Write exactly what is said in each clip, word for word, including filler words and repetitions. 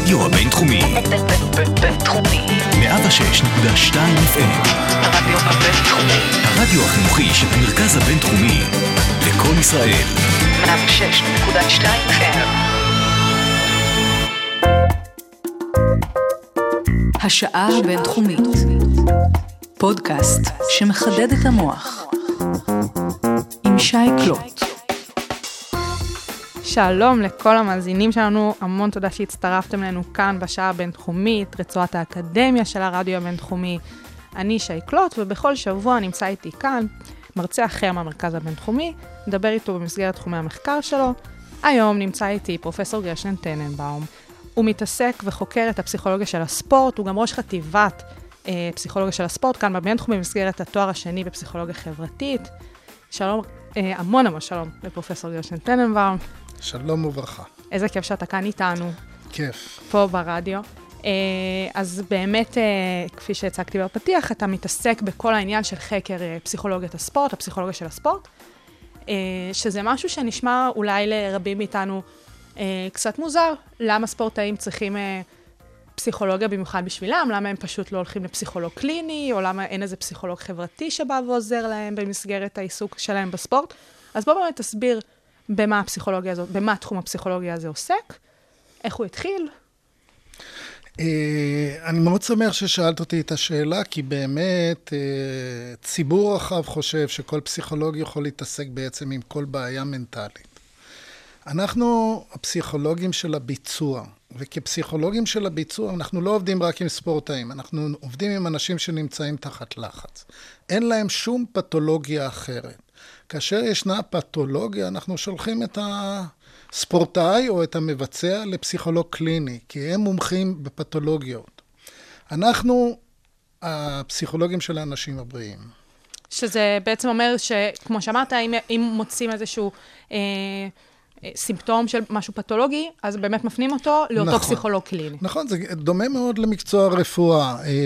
הרדיו הבינתחומי. בינתחומי. מאה ושש נקודה שתיים אף אם. הרדיו הבינתחומי. הרדיו החינוכי של המרכז הבינתחומי. לקול ישראל. מאה ושש נקודה שתיים אף אם. השעה הבינתחומית. פודקאסט שמחדד את המוח. עם שי קלוט. שלום לכל המאזינים שלנו, המון תודה שהצטרפתם לנו כאן בשעה הבינתחומית, רצועת האקדמיה של הרדיו הבינתחומי. אני שי קלוט, ובכל שבוע נמצא איתי כאן מרצה אחר מהמרכז הבינתחומי, נדבר איתו במסגרת תחומי המחקר שלו. היום נמצא איתי פרופסור גרשון טננבאום. הוא מתעסק וחוקר את הפסיכולוגיה של הספורט, הוא גם ראש חטיבת אה, פסיכולוגיה של הספורט, כאן בבינתחומי במסגרת התואר השני בפסיכולוגיה חברתית. שלום, אה, המון המון שלום לפרופסור גרשון טננבאום. שלום וברכה. איזה כיף שאתה כאן איתנו. כיף. פה ברדיו. אז באמת, כפי שהצגתי בפתיח, אתה מתעסק בכל העניין של חקר פסיכולוגיית הספורט, הפסיכולוגיה של הספורט, שזה משהו שנשמע אולי לרבים מאיתנו קצת מוזר. למה ספורטאים צריכים פסיכולוגיה במיוחד בשבילם? למה הם פשוט לא הולכים לפסיכולוג קליני, או למה אין איזה פסיכולוג חברתי שבא ועוזר להם במסגרת העיסוק שלהם בספורט? אז בוא באמת תסביר במה הפסיכולוגיה הזאת, במה תחום הפסיכולוגיה הזה עוסק, איך הוא התחיל? אני מאוד שמח ששאלת אותי את השאלה, כי באמת ציבור רחב חושב שכל פסיכולוג יכול להתעסק בעצם עם כל בעיה מנטלית. אנחנו הפסיכולוגים של הביצוע, וכפסיכולוגים של הביצוע אנחנו לא עובדים רק עם ספורטאים, אנחנו עובדים עם אנשים שנמצאים תחת לחץ. אין להם שום פתולוגיה אחרת. כאשר ישנה פתולוגיה, אנחנו שולחים את הספורטאי או את המבצע לפסיכולוג קליני, כי הם מומחים בפתולוגיות. אנחנו הפסיכולוגים של האנשים הבריאים. שזה בעצם אומר שכמו שאמרת, אם, אם מוצאים איזשהו אה, אה, סימפטום של משהו פתולוגי, אז באמת מפנים אותו לאותו נכון, פסיכולוג קליני. נכון, זה דומה מאוד למקצוע הרפואה. אה,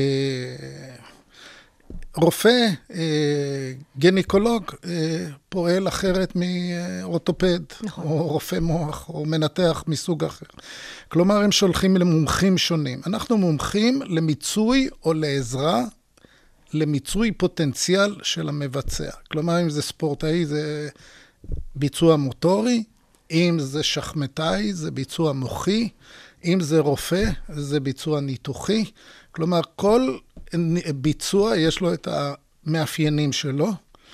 רופא, גניקולוג, פועל אחרת מאורתופד, נכון. או רופא מוח, או מנתח מסוג אחר. כלומר, הם שולחים למומחים שונים. אנחנו מומחים למיצוי או לעזרה, למיצוי פוטנציאל של המבצע. כלומר, אם זה ספורטאי, זה ביצוע מוטורי, אם זה שחמטאי, זה ביצוע מוחי, אם זה רופא, זה ביצוע ניתוחי. כלומר, כל ביצוע יש לו את המאפיינים שלו,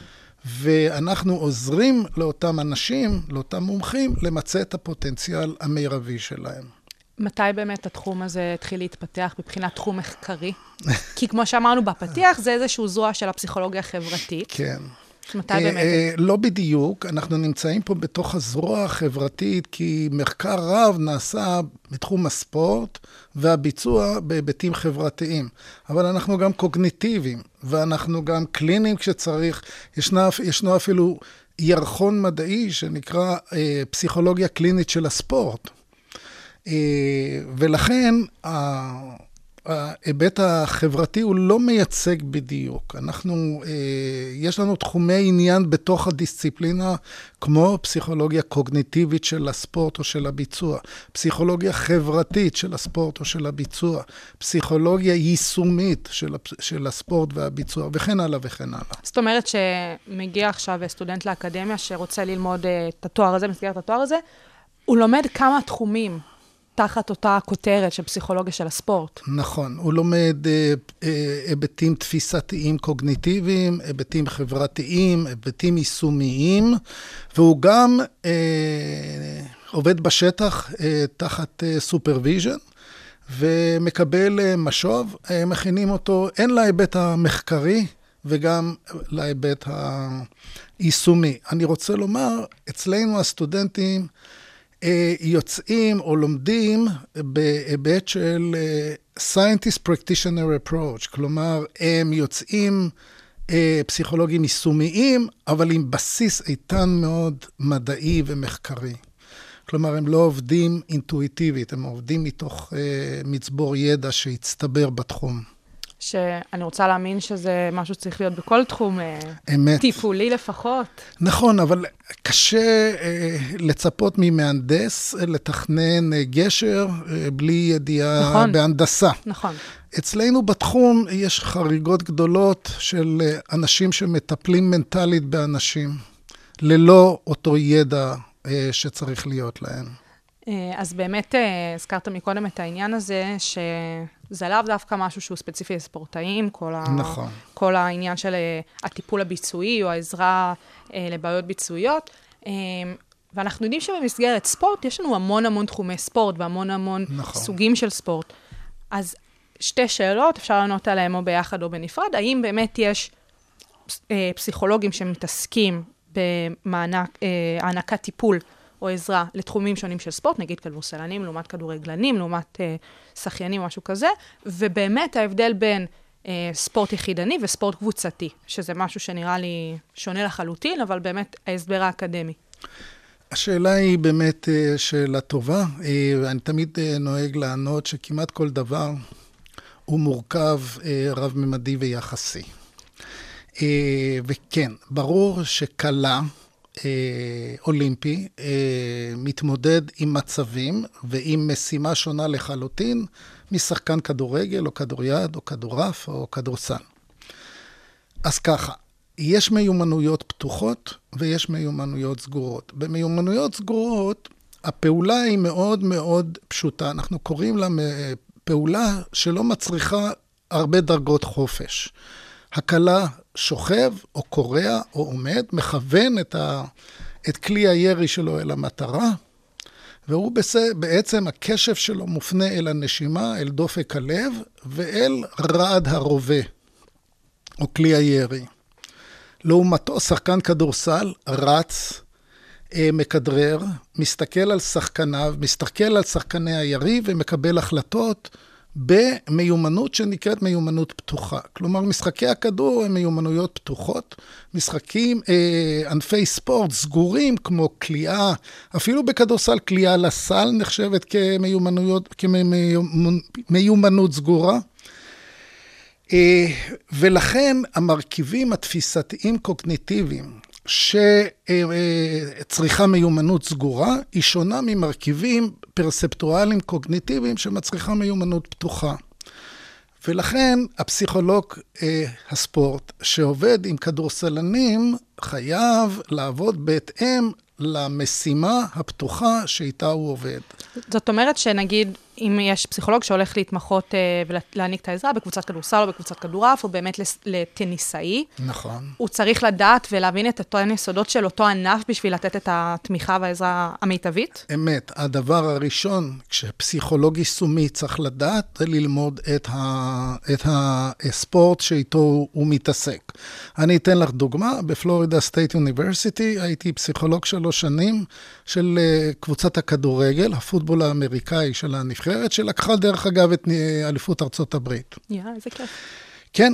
ואנחנו עוזרים לאותם אנשים, לאותם מומחים, למצא את הפוטנציאל המרבי שלהם. מתי באמת התחום הזה התחיל להתפתח מבחינת תחום מחקרי? כי כמו שאמרנו בפתיח, זה איזשהו זרוע של הפסיכולוגיה החברתית. כן. מתי באמת? לא בדיוק, אנחנו נמצאים פה בתוך הזרוע החברתית, כי מחקר רב נעשה בתחום הספורט והביצוע בהיבטים חברתיים. אבל אנחנו גם קוגניטיביים, ואנחנו גם קליניים כשצריך. ישנו, ישנו אפילו ירחון מדעי שנקרא אה, פסיכולוגיה קלינית של הספורט. אה, ולכן ה... ההיבט החברתי הוא לא מייצג בדיוק. אנחנו, יש לנו תחומי עניין בתוך הדיסציפלינה, כמו פסיכולוגיה קוגניטיבית של הספורט או של הביצוע, פסיכולוגיה חברתית של הספורט או של הביצוע, פסיכולוגיה יישומית של, של הספורט והביצוע, וכן הלאה וכן הלאה. זאת אומרת שמגיע עכשיו סטודנט לאקדמיה שרוצה ללמוד את התואר הזה, מסגרת התואר הזה, הוא לומד כמה תחומים תחת אותה כותרת של פסיכולוגיה של הספורט. נכון, הוא לומד אה, אה, היבטים תפיסתיים קוגניטיביים, היבטים חברתיים, היבטים יישומיים, והוא גם אה, עובד בשטח אה, תחת אה, סופרוויז'ן, ומקבל אה, משוב, אה, מכינים אותו, אין להיבט המחקרי, וגם להיבט היישומי. אני רוצה לומר, אצלנו הסטודנטים, יוצאים או לומדים בהיבט של Scientist Practitioner Approach, כלומר, הם יוצאים פסיכולוגים יישומיים, אבל עם בסיס איתן מאוד מדעי ומחקרי. כלומר, הם לא עובדים אינטואיטיבית, הם עובדים מתוך מצבור ידע שהצטבר בתחום. שאני רוצה להאמין שזה משהו שצריך להיות בכל תחום אמת. טיפולי לפחות. נכון, אבל קשה אה, לצפות ממהנדס לתכנן אה, גשר אה, בלי ידיעה נכון. בהנדסה. נכון. אצלנו בתחום יש חריגות גדולות של אה, אנשים שמטפלים מנטלית באנשים, ללא אותו ידע אה, שצריך להיות להם. אז באמת הזכרת מקודם את העניין הזה, שזה לאו דווקא משהו שהוא ספציפי לספורטאים, כל, נכון. ה... כל העניין של הטיפול הביצועי או העזרה לבעיות ביצועיות. ואנחנו יודעים שבמסגרת ספורט יש לנו המון המון תחומי ספורט והמון המון נכון. סוגים של ספורט. אז שתי שאלות, אפשר לענות עליהם או ביחד או בנפרד. האם באמת יש פסיכולוגים שמתעסקים במענקת טיפול או עזרה לתחומים שונים של ספורט, נגיד כדורסלנים, לעומת כדורגלנים, לעומת אה, שחיינים או משהו כזה, ובאמת ההבדל בין אה, ספורט יחידני וספורט קבוצתי, שזה משהו שנראה לי שונה לחלוטין, אבל באמת ההסבר האקדמי. השאלה היא באמת אה, שאלה טובה, אה, אני תמיד אה, נוהג לענות שכמעט כל דבר הוא מורכב אה, רב-ממדי ויחסי. אה, וכן, ברור שקלה, אולימפי, מתמודד עם מצבים ועם משימה שונה לחלוטין משחקן כדורגל או כדוריד או כדורף או כדורסל. אז ככה, יש מיומנויות פתוחות ויש מיומנויות סגורות. במיומנויות סגורות הפעולה היא מאוד מאוד פשוטה. אנחנו קוראים לה פעולה שלא מצריכה הרבה דרגות חופש. הקלה שוכב או קורע או עומד, מכוון את, ה, את כלי הירי שלו אל המטרה, והוא בעצם הקשב שלו מופנה אל הנשימה, אל דופק הלב, ואל רעד הרובה, או כלי הירי. לעומתו, שחקן כדורסל רץ, מכדרר, מסתכל על שחקניו, מסתכל על שחקני היריב ומקבל החלטות, במיומנות שנקראת מיומנות פתוחה. כלומר, משחקי הכדור הם מיומנויות פתוחות, משחקים, אה, ענפי ספורט סגורים כמו קליעה, אפילו בכדורסל קליעה לסל נחשבת כמיומנויות, כמיומנות סגורה. אה, ולכן המרכיבים התפיסתיים קוגניטיביים שצריכה מיומנות סגורה, היא שונה ממרכיבים פרספטואליים קוגניטיביים שמצריכה מיומנות פתוחה. ולכן הפסיכולוג אה, הספורט שעובד עם כדורסלנים חייב לעבוד בהתאם למשימה הפתוחה שאיתה הוא עובד. זאת אומרת שנגיד, אם יש פסיכולוג שהולך להתמחות אה, ולהעניק את העזרה בקבוצת כדורסל או בקבוצת כדורעף, או באמת לטניסאי, נכון. הוא צריך לדעת ולהבין את אותן יסודות של אותו ענף בשביל לתת את התמיכה והעזרה המיטבית? אמת. הדבר הראשון, כשפסיכולוג יישומי צריך לדעת, זה ללמוד את, ה, את הספורט שאיתו הוא מתעסק. אני אתן לך דוגמה, בפלורידה סטייט יוניברסיטי, הייתי פסיכולוג שלוש שנים של קבוצת הכדורגל, הפוטבול האמריקאי של הנבחרת, שלקחה דרך אגב את אליפות ארצות הברית. יא, איזה כיף. כן,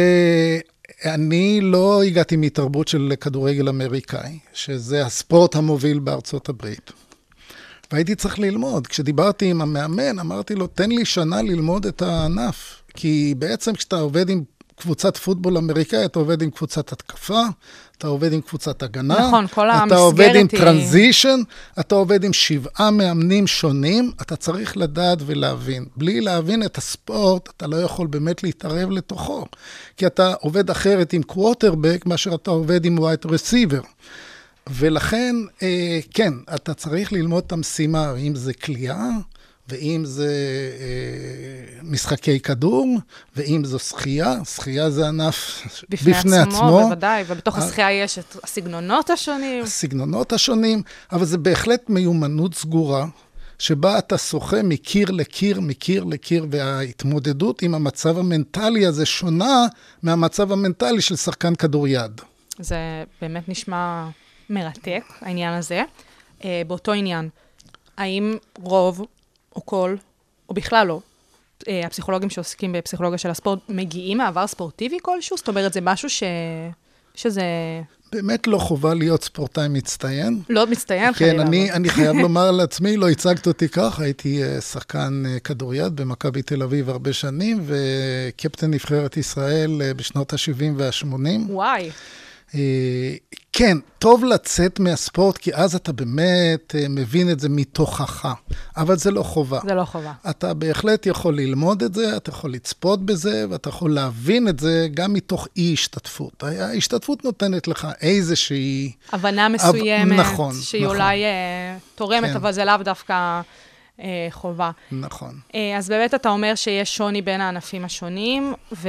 ואני לא הגעתי מתרבות של כדורגל אמריקאי, שזה הספורט המוביל בארצות הברית. והייתי צריך ללמוד. כשדיברתי עם המאמן, אמרתי לו, תן לי שנה ללמוד את הענף. כי בעצם כשאתה עובד עם קבוצת פוטבול אמריקאי, אתה עובד עם קבוצת התקפה, אתה עובד עם קבוצת הגנה, נכון, כל המסגרת אתה עובד עם היא... טרנזישן, אתה עובד עם שבעה מאמנים שונים, אתה צריך לדעת ולהבין. בלי להבין את הספורט, אתה לא יכול באמת להתערב לתוכו, כי אתה עובד אחרת עם קווטרבק, מאשר אתה עובד עם ווייד רסיבר. ולכן, אה, כן, אתה צריך ללמוד את המשימה, אם זה קליעה, ואם זה אה, משחקי כדור, ואם זו שחייה, שחייה זה ענף בפני, בפני עצמו. עצמו. בוודאי, ובתוך השחייה יש את הסגנונות השונים. הסגנונות השונים, אבל זה בהחלט מיומנות סגורה, שבה אתה שוחה מקיר לקיר, מקיר לקיר, וההתמודדות עם המצב המנטלי הזה שונה מהמצב המנטלי של שחקן כדוריד. זה באמת נשמע מרתק, העניין הזה. אה, באותו עניין, האם רוב או כל, או בכלל לא, הפסיכולוגים שעוסקים בפסיכולוגיה של הספורט מגיעים מעבר ספורטיבי כלשהו? זאת אומרת, זה משהו ש... שזה באמת לא חובה להיות ספורטאי מצטיין. לא מצטיין, כן, אני, אני חייב לומר לעצמי, לא הצגת אותי כך, הייתי שחקן כדוריד במכבי תל אביב הרבה שנים, וקפטן נבחרת ישראל בשנות ה-שבעים וה-שמונים. וואי. כן, טוב לצאת מהספורט, כי אז אתה באמת מבין את זה מתוכך, אבל זה לא חובה. זה לא חובה. אתה בהחלט יכול ללמוד את זה, אתה יכול לצפות בזה, ואתה יכול להבין את זה גם מתוך אי-השתתפות. ההשתתפות נותנת לך איזושהי... הבנה מסוימת, נכון, שהיא נכון. אולי תורמת, כן. אבל זה לאו דווקא חובה. נכון. אז באמת אתה אומר שיש שוני בין הענפים השונים, ו...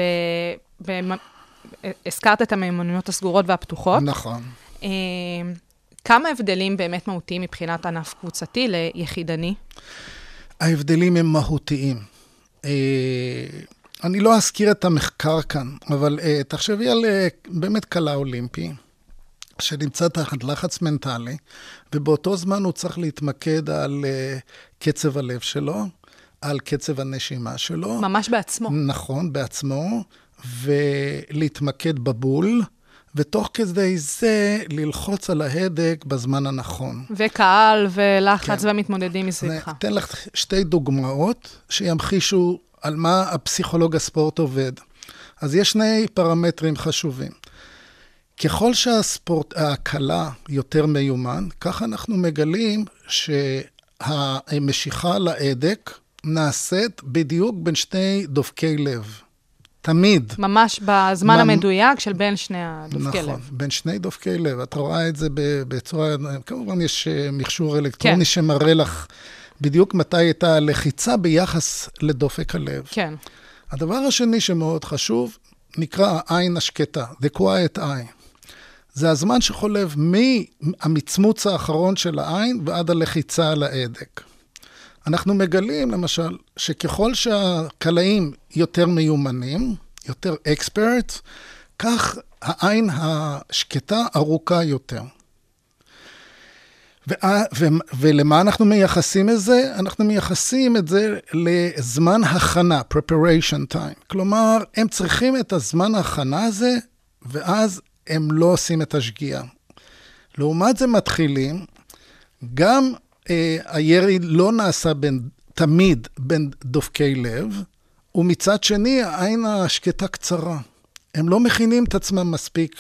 הזכרת את המיומנויות הסגורות והפתוחות. נכון. כמה הבדלים באמת מהותיים מבחינת ענף קבוצתי ליחידני? ההבדלים הם מהותיים. אני לא אזכיר את המחקר כאן, אבל תחשבי על באמת קלה אולימפי, שנמצא תחת לחץ מנטלי, ובאותו זמן הוא צריך להתמקד על קצב הלב שלו, על קצב הנשימה שלו. ממש בעצמו. נכון, בעצמו. ולהתמקד בבול, ותוך כדי זה ללחוץ על ההדק בזמן הנכון. וקהל ולחץ כן. ומתמודדים מסביבך. אני אתן לך שתי דוגמאות שימחישו על מה הפסיכולוג הספורט עובד. אז יש שני פרמטרים חשובים. ככל שהספורט, הקלה יותר מיומן, ככה אנחנו מגלים שהמשיכה להדק נעשית בדיוק בין שני דופקי לב. תמיד. ממש בזמן ממ... המדויק של בין שני הדופקי נכון, לב. נכון, בין שני דופקי לב. את רואה את זה בצורה, כמובן יש מכשור אלקטרוני כן. שמראה לך בדיוק מתי הייתה הלחיצה ביחס לדופק הלב. כן. הדבר השני שמאוד חשוב, נקרא העין השקטה, the quiet eye. זה הזמן שחולב מהמצמוץ האחרון של העין ועד הלחיצה על ההדק. אנחנו מגלים, למשל, שככל שהקלעים יותר מיומנים, יותר אקספרט, כך העין השקטה ארוכה יותר. ו- ו- ולמה אנחנו מייחסים את זה? אנחנו מייחסים את זה לזמן הכנה, preparation time. כלומר, הם צריכים את הזמן ההכנה הזה, ואז הם לא עושים את השגיאה. לעומת זה מתחילים, גם אה, הירי לא נעשה בין, תמיד בין דופקי לב, ומצד שני העין השקטה קצרה. הם לא מכינים את עצמם מספיק.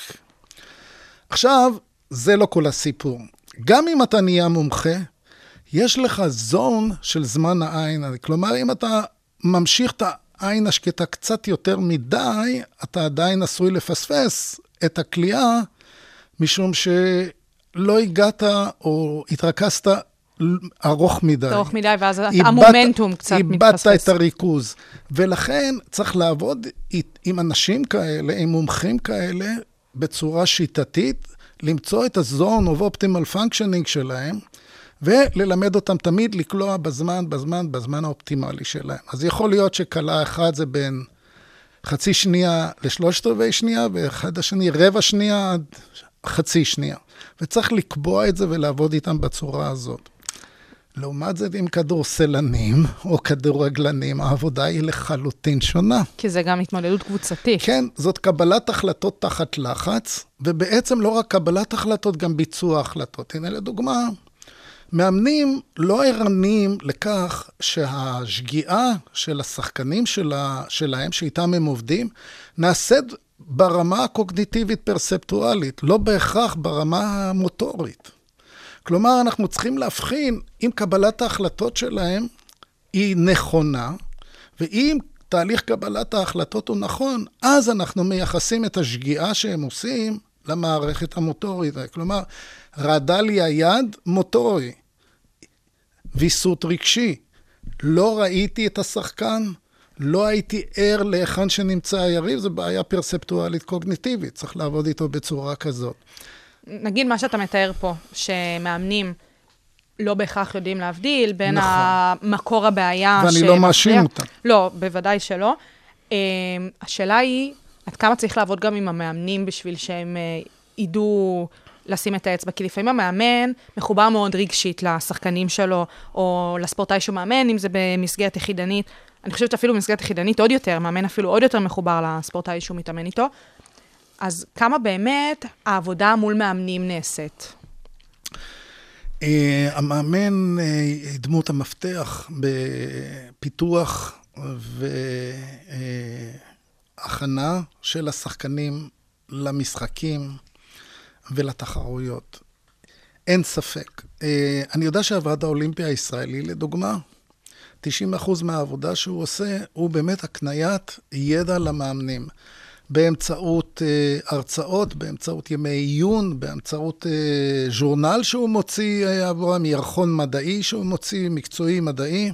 עכשיו, זה לא כל הסיפור. גם אם אתה נהיה מומחה, יש לך זון של זמן העין. כלומר, אם אתה ממשיך את העין השקטה קצת יותר מדי, אתה עדיין עשוי לפספס את הקליעה, משום שלא הגעת או התרכזת ארוך מדי. ארוך מדי, ואז המומנטום קצת מתפספס. איבדת את הריכוז. ולכן צריך לעבוד עם אנשים כאלה, עם מומחים כאלה, בצורה שיטתית, למצוא את הזון of optimal functioning שלהם, וללמד אותם תמיד לקלוע בזמן, בזמן, בזמן האופטימלי שלהם. אז יכול להיות שקלה אחד זה בין חצי שנייה לשלושת רבעי שנייה, ואחד השני רבע שנייה עד חצי שנייה. וצריך לקבוע את זה ולעבוד איתם בצורה הזאת. לעומת זה עם כדורסלנים או כדורגלנים, העבודה היא לחלוטין שונה. כי זה גם התמודדות קבוצתית. כן, זאת קבלת החלטות תחת לחץ, ובעצם לא רק קבלת החלטות, גם ביצוע החלטות. הנה לדוגמה, מאמנים לא ערנים לכך שהשגיאה של השחקנים שלה, שלהם, שאיתם הם עובדים, נעשית ברמה הקוגניטיבית פרספטואלית, לא בהכרח ברמה המוטורית. כלומר, אנחנו צריכים להבחין אם קבלת ההחלטות שלהם היא נכונה, ואם תהליך קבלת ההחלטות הוא נכון, אז אנחנו מייחסים את השגיאה שהם עושים למערכת המוטורית. כלומר, רעדה לי היד מוטורי, ויסות רגשי. לא ראיתי את השחקן, לא הייתי ער להיכן שנמצא היריב, זו בעיה פרספטואלית קוגניטיבית, צריך לעבוד איתו בצורה כזאת. נגיד מה שאתה מתאר פה, שמאמנים לא בהכרח יודעים להבדיל בין נכון. המקור הבעיה. ואני לא מאשים אותם. לא, בוודאי שלא. השאלה היא, עד כמה צריך לעבוד גם עם המאמנים בשביל שהם ידעו לשים את האצבע, כי לפעמים המאמן מחובר מאוד רגשית לשחקנים שלו, או לספורטאי שהוא מאמן, אם זה במסגרת יחידנית. אני חושבת אפילו במסגרת יחידנית עוד יותר, מאמן אפילו עוד יותר מחובר לספורטאי שהוא מתאמן איתו. אז כמה באמת העבודה מול מאמנים נעשית? Uh, המאמן uh, דמות המפתח בפיתוח והכנה uh, של השחקנים למשחקים ולתחרויות. אין ספק. Uh, אני יודע שהוועד האולימפי הישראלי, לדוגמה, תשעים אחוז מהעבודה שהוא עושה, הוא באמת הקניית ידע למאמנים. באמצעות uh, הרצאות, באמצעות ימי עיון, באמצעות uh, ז'ורנל שהוא מוציא uh, עבורם, ירחון מדעי שהוא מוציא, מקצועי מדעי.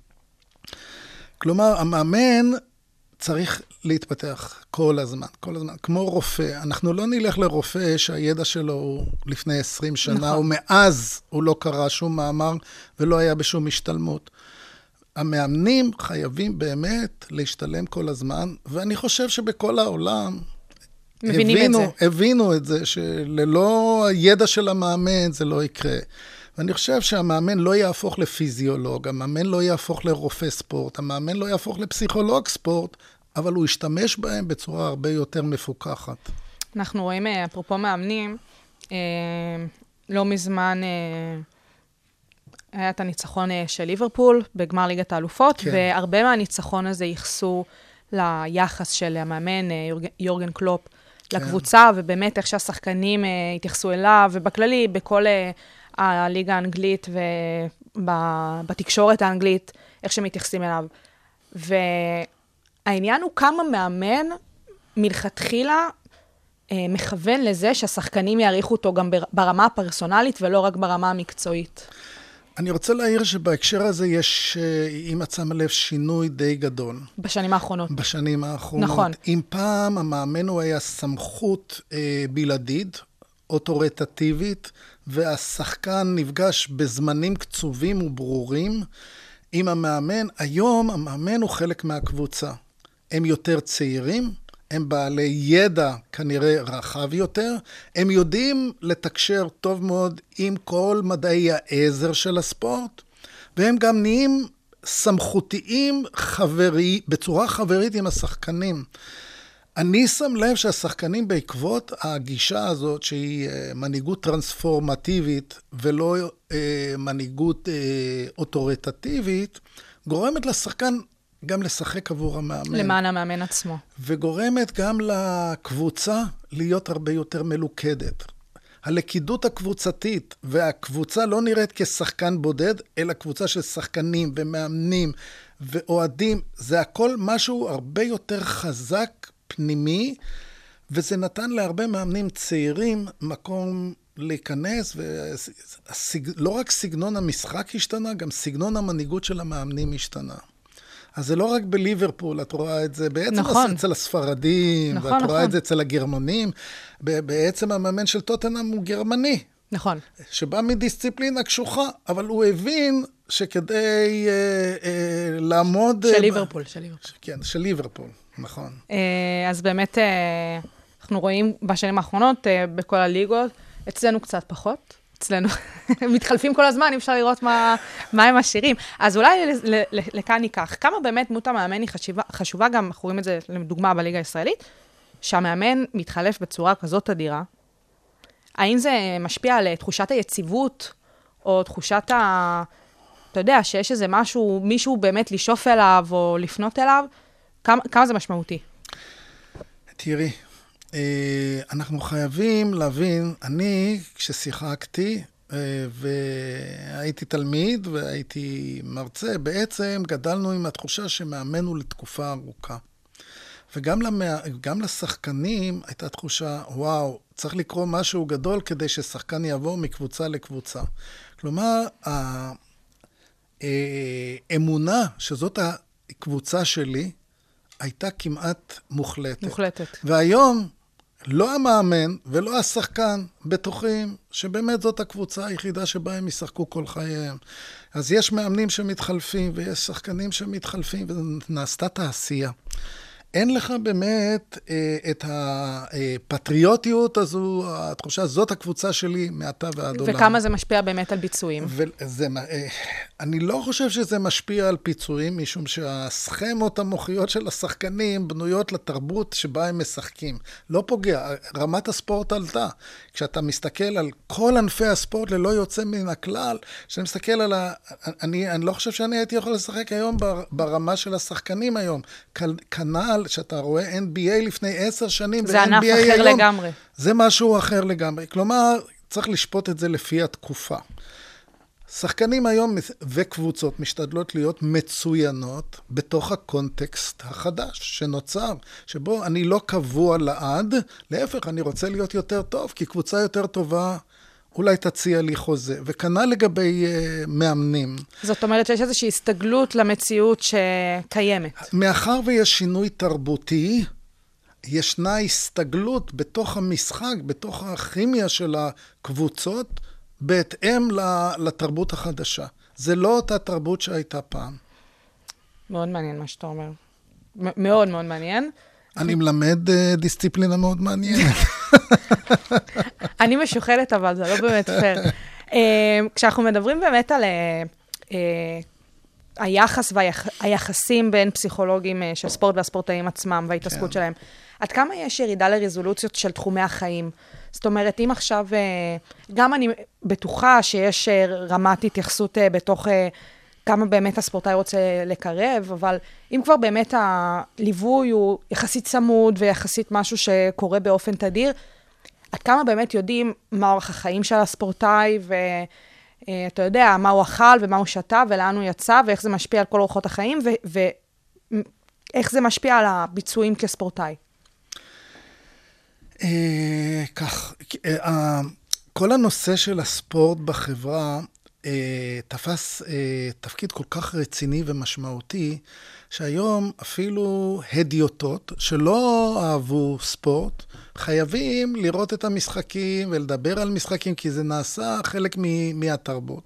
כלומר, המאמן צריך להתפתח כל הזמן, כל הזמן. כמו רופא, אנחנו לא נלך לרופא שהידע שלו הוא לפני עשרים שנה, נכון. ומאז הוא לא קרא שום מאמר ולא היה בשום השתלמות. המאמנים חייבים באמת להשתלם כל הזמן, ואני חושב שבכל העולם הבינו, את זה. הבינו את זה, שללא הידע של המאמן זה לא יקרה. ואני חושב שהמאמן לא יהפוך לפיזיולוג, המאמן לא יהפוך לרופא ספורט, המאמן לא יהפוך לפסיכולוג ספורט, אבל הוא ישתמש בהם בצורה הרבה יותר מפוקחת. אנחנו רואים, אפרופו מאמנים, אה, לא מזמן... אה, היה את הניצחון של ליברפול בגמר ליגת האלופות, כן. והרבה מהניצחון הזה ייחסו ליחס של המאמן יורגן קלופ כן. לקבוצה, ובאמת איך שהשחקנים התייחסו אליו, ובכללי בכל הליגה האנגלית ובתקשורת האנגלית, איך שהם מתייחסים אליו. והעניין הוא כמה מאמן מלכתחילה מכוון לזה שהשחקנים יעריכו אותו גם ברמה הפרסונלית ולא רק ברמה המקצועית. אני רוצה להעיר שבהקשר הזה יש, אם את שמה לב, שינוי די גדול. בשנים האחרונות. בשנים האחרונות. נכון. אם פעם המאמן הוא היה סמכות אה, בלעדית, אוטוריטטיבית, והשחקן נפגש בזמנים קצובים וברורים עם המאמן, היום המאמן הוא חלק מהקבוצה. הם יותר צעירים, הם בעלי ידע כנראה רחב יותר, הם יודעים לתקשר טוב מאוד עם כל מדעי העזר של הספורט, והם גם נהיים סמכותיים חברי, בצורה חברית עם השחקנים. אני שם לב שהשחקנים בעקבות הגישה הזאת, שהיא מנהיגות טרנספורמטיבית ולא מנהיגות אוטוריטטיבית, גורמת לשחקן גם לשחק עבור המאמן. למען המאמן עצמו. וגורמת גם לקבוצה להיות הרבה יותר מלוכדת. הלכידות הקבוצתית, והקבוצה לא נראית כשחקן בודד, אלא קבוצה של שחקנים ומאמנים ואוהדים, זה הכל משהו הרבה יותר חזק, פנימי, וזה נתן להרבה מאמנים צעירים מקום להיכנס, ולא רק סגנון המשחק השתנה, גם סגנון המנהיגות של המאמנים השתנה. אז זה לא רק בליברפול, את רואה את זה בעצם נכון. אצל הספרדים, נכון, ואת רואה נכון. את זה אצל הגרמנים. בעצם המאמן של טוטנהאם הוא גרמני. נכון. שבא מדיסציפלינה קשוחה, אבל הוא הבין שכדי אה, אה, לעמוד... של ליברפול, ב... של ליברפול. כן, של ליברפול, נכון. אה, אז באמת, אה, אנחנו רואים בשנים האחרונות, אה, בכל הליגות, אצלנו קצת פחות. אצלנו מתחלפים כל הזמן, אי אפשר לראות מה, מה הם השירים. אז אולי לכאן ניקח. כמה באמת דמות המאמן היא חשיבה, חשובה, גם אנחנו רואים את זה לדוגמה בליגה הישראלית, שהמאמן מתחלף בצורה כזאת אדירה. האם זה משפיע על תחושת היציבות, או תחושת ה... אתה יודע, שיש איזה משהו, מישהו באמת לשאוף אליו, או לפנות אליו? כמה, כמה זה משמעותי? תראי, אנחנו חייבים להבין, אני כששיחקתי והייתי תלמיד והייתי מרצה, בעצם גדלנו עם התחושה שמאמן הוא לתקופה ארוכה. וגם למה, גם לשחקנים הייתה תחושה, וואו, צריך לקרוא משהו גדול כדי ששחקן יעבור מקבוצה לקבוצה. כלומר, האמונה שזאת הקבוצה שלי, הייתה כמעט מוחלטת. מוחלטת. והיום, לא המאמן ולא השחקן בטוחים שבאמת זאת הקבוצה היחידה שבה הם ישחקו כל חייהם. אז יש מאמנים שמתחלפים ויש שחקנים שמתחלפים, ונעשתה תעשייה. אין לך באמת אה, את הפטריוטיות הזו, התחושה, זאת הקבוצה שלי מעתה ועד עולם. וכמה זה משפיע באמת על ביצועים? וזה, אה, אני לא חושב שזה משפיע על פיצויים, משום שהסכמות המוחיות של השחקנים בנויות לתרבות שבה הם משחקים. לא פוגע, רמת הספורט עלתה. כשאתה מסתכל על כל ענפי הספורט ללא יוצא מן הכלל, כשאני מסתכל על ה... אני, אני לא חושב שאני הייתי יכול לשחק היום ברמה של השחקנים היום. כנ"ל, שאתה רואה אן בי איי לפני עשר שנים, זה ענף אחר היום, לגמרי. זה משהו אחר לגמרי. כלומר, צריך לשפוט את זה לפי התקופה. שחקנים היום וקבוצות משתדלות להיות מצוינות בתוך הקונטקסט החדש שנוצר, שבו אני לא קבוע לעד, להפך, אני רוצה להיות יותר טוב, כי קבוצה יותר טובה אולי תציע לי חוזה, וכנ"ל לגבי uh, מאמנים. זאת אומרת שיש איזושהי הסתגלות למציאות שקיימת. מאחר ויש שינוי תרבותי, ישנה הסתגלות בתוך המשחק, בתוך הכימיה של הקבוצות, בהתאם לתרבות החדשה. זה לא אותה תרבות שהייתה פעם. מאוד מעניין מה שאתה אומר. מאוד מאוד מעניין. אני מלמד דיסציפלינה מאוד מעניינת. אני משוחדת, אבל זה לא באמת פייר. כשאנחנו מדברים באמת על היחס והיחסים בין פסיכולוגים של ספורט והספורטאים עצמם וההתעסקות שלהם, עד כמה יש ירידה לרזולוציות של תחומי החיים? זאת אומרת, אם עכשיו, גם אני בטוחה שיש רמת התייחסות בתוך כמה באמת הספורטאי רוצה לקרב, אבל אם כבר באמת הליווי הוא יחסית צמוד ויחסית משהו שקורה באופן תדיר, עד כמה באמת יודעים מה אורח החיים של הספורטאי, ואתה יודע, מה הוא אכל ומה הוא שתה ולאן הוא יצא, ואיך זה משפיע על כל אורחות החיים, ואיך זה משפיע על הביצועים כספורטאי. כך, כל הנושא של הספורט בחברה תפס תפקיד כל כך רציני ומשמעותי, שהיום אפילו הדיוטות שלא אהבו ספורט, חייבים לראות את המשחקים ולדבר על משחקים, כי זה נעשה חלק מהתרבות.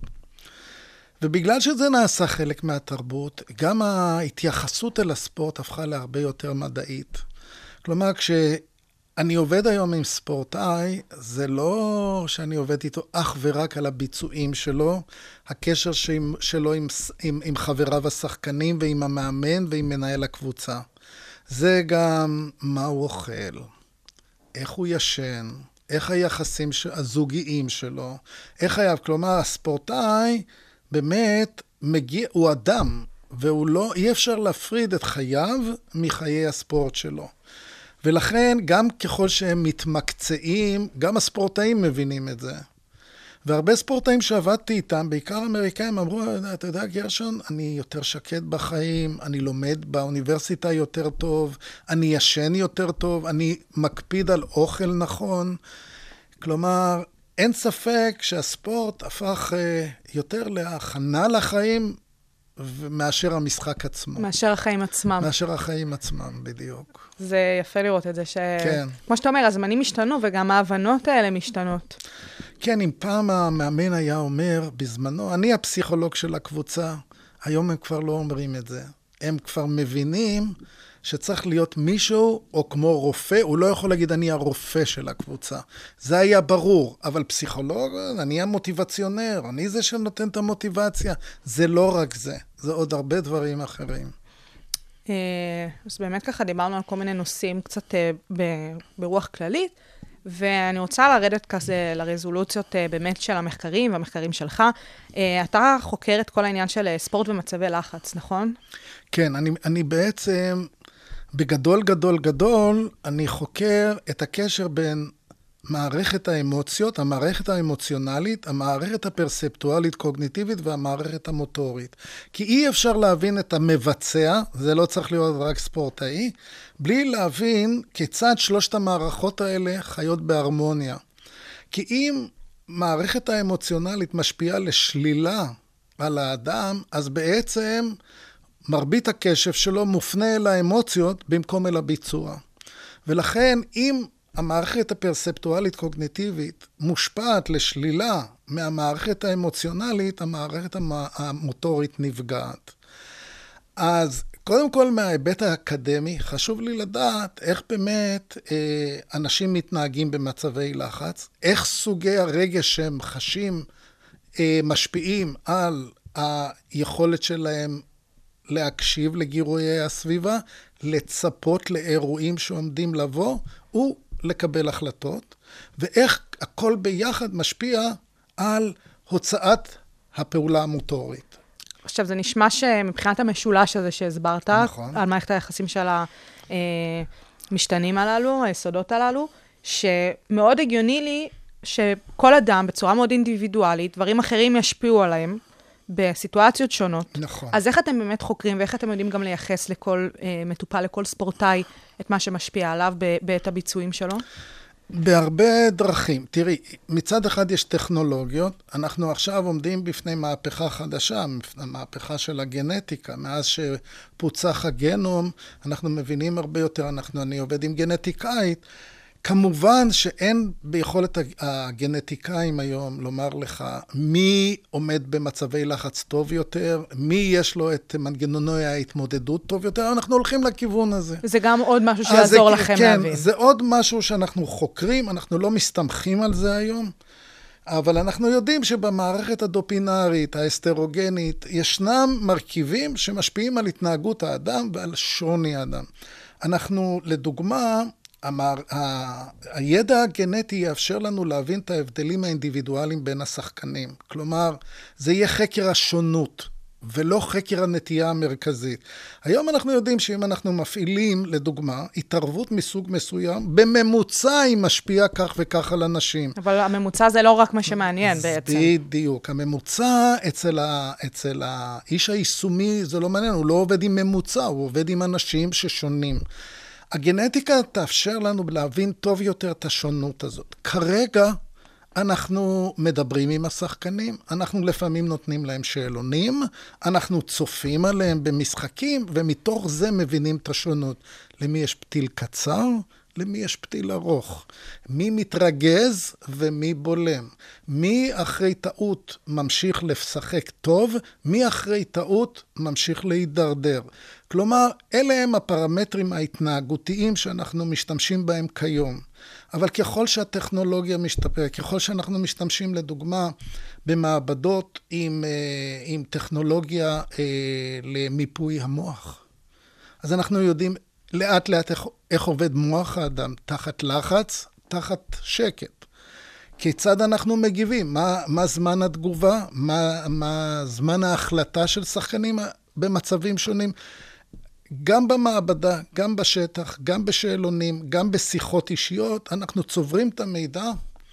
ובגלל שזה נעשה חלק מהתרבות, גם ההתייחסות אל הספורט הפכה להרבה יותר מדעית. כלומר, כש... אני עובד היום עם ספורטאי, זה לא שאני עובד איתו אך ורק על הביצועים שלו, הקשר שלו עם, עם, עם חבריו השחקנים ועם המאמן ועם מנהל הקבוצה. זה גם מה הוא אוכל, איך הוא ישן, איך היחסים הזוגיים שלו, איך היה, כלומר, הספורטאי באמת מגיע, הוא אדם, והוא לא, אי אפשר להפריד את חייו מחיי הספורט שלו. ולכן גם ככל שהם מתמקצעים, גם הספורטאים מבינים את זה. והרבה ספורטאים שעבדתי איתם, בעיקר אמריקאים, אמרו, אתה יודע גרשון, אני יותר שקט בחיים, אני לומד באוניברסיטה יותר טוב, אני ישן יותר טוב, אני מקפיד על אוכל נכון. כלומר, אין ספק שהספורט הפך יותר להכנה לחיים, מאשר המשחק עצמו. מאשר החיים עצמם. מאשר החיים עצמם, בדיוק. זה יפה לראות את זה ש... כן. כמו שאתה אומר, הזמנים השתנו, וגם ההבנות האלה משתנות. כן, אם פעם המאמן היה אומר, בזמנו, אני הפסיכולוג של הקבוצה, היום הם כבר לא אומרים את זה. הם כבר מבינים שצריך להיות מישהו, או כמו רופא, הוא לא יכול להגיד, אני הרופא של הקבוצה. זה היה ברור, אבל פסיכולוג, אני המוטיבציונר, אני זה שנותן את המוטיבציה. זה לא רק זה, זה עוד הרבה דברים אחרים. אז באמת ככה דיברנו על כל מיני נושאים קצת ברוח כללית, ואני רוצה לרדת כזה לרזולוציות באמת של המחקרים והמחקרים שלך. אתה חוקר את כל העניין של ספורט ומצבי לחץ, נכון? כן, אני, אני בעצם, בגדול גדול גדול, אני חוקר את הקשר בין מערכת האמוציות, המערכת האמוציונלית, המערכת הפרספטואלית קוגניטיבית והמערכת המוטורית. כי אי אפשר להבין את המבצע, זה לא צריך להיות רק ספורטאי, בלי להבין כיצד שלושת המערכות האלה חיות בהרמוניה. כי אם מערכת האמוציונלית משפיעה לשלילה על האדם, אז בעצם מרבית הקשב שלו מופנה אל האמוציות במקום אל הביצוע. ולכן אם המערכת הפרספטואלית קוגניטיבית מושפעת לשלילה מהמערכת האמוציונלית, המערכת המוטורית נפגעת. אז קודם כל מההיבט האקדמי, חשוב לי לדעת איך באמת אה, אנשים מתנהגים במצבי לחץ, איך סוגי הרגש שהם חשים אה, משפיעים על היכולת שלהם להקשיב לגירויי הסביבה, לצפות לאירועים שעומדים לבוא, ולקבל החלטות, ואיך הכל ביחד משפיע על הוצאת הפעולה המוטורית. עכשיו, זה נשמע שמבחינת המשולש הזה שהסברת, נכון. על מערכת היחסים של המשתנים הללו, היסודות הללו, שמאוד הגיוני לי שכל אדם, בצורה מאוד אינדיבידואלית, דברים אחרים ישפיעו עליהם, בסיטואציות שונות. נכון. אז איך אתם באמת חוקרים, ואיך אתם יודעים גם לייחס לכל אה, מטופל, לכל ספורטאי, את מה שמשפיע עליו ב- בעת הביצועים שלו? בהרבה דרכים. תראי, מצד אחד יש טכנולוגיות, אנחנו עכשיו עומדים בפני מהפכה חדשה, המהפכה של הגנטיקה. מאז שפוצח הגנום, אנחנו מבינים הרבה יותר, אנחנו, אני עובד עם גנטיקאית, כמובן שאין ביכולת הגנטיקאים היום לומר לך מי עומד במצבי לחץ טוב יותר, מי יש לו את מנגנוני ההתמודדות טוב יותר, אנחנו הולכים לכיוון הזה. זה גם עוד משהו שיעזור לכם כן, להבין. זה עוד משהו שאנחנו חוקרים, אנחנו לא מסתמכים על זה היום, אבל אנחנו יודעים שבמערכת הדופינרית, האסטרוגנית, ישנם מרכיבים שמשפיעים על התנהגות האדם ועל שוני האדם. אנחנו, לדוגמה, אמר, ה- הידע הגנטי יאפשר לנו להבין את ההבדלים האינדיבידואליים בין השחקנים. כלומר, זה יהיה חקר השונות, ולא חקר הנטייה המרכזית. היום אנחנו יודעים שאם אנחנו מפעילים, לדוגמה, התערבות מסוג מסוים, בממוצע היא משפיעה כך וכך על אנשים. אבל הממוצע זה לא רק מה שמעניין בעצם. בדיוק. הממוצע אצל, ה, אצל האיש היישומי, זה לא מעניין, הוא לא עובד עם ממוצע, הוא עובד עם אנשים ששונים. הגנטיקה תאפשר לנו להבין טוב יותר את השונות הזאת. כרגע אנחנו מדברים עם השחקנים, אנחנו לפעמים נותנים להם שאלונים, אנחנו צופים עליהם במשחקים, ומתוך זה מבינים את השונות. למי יש פתיל קצר, למי יש פתיל ארוך. מי מתרגז ומי בולם. מי אחרי טעות ממשיך לשחק טוב, מי אחרי טעות ממשיך להידרדר. כלומר, אלה הם הפרמטרים ההתנהגותיים שאנחנו משתמשים בהם כיום. אבל ככל שהטכנולוגיה משתפרת, ככל שאנחנו משתמשים לדוגמה במעבדות עם, עם טכנולוגיה למיפוי המוח, אז אנחנו יודעים לאט לאט איך, איך עובד מוח האדם, תחת לחץ, תחת שקט. כיצד אנחנו מגיבים? מה, מה זמן התגובה? מה, מה זמן ההחלטה של שחקנים במצבים שונים? גם במעבדה, גם בשטח, גם בשאלונים, גם בשיחות אישיות, אנחנו צוברים את המידע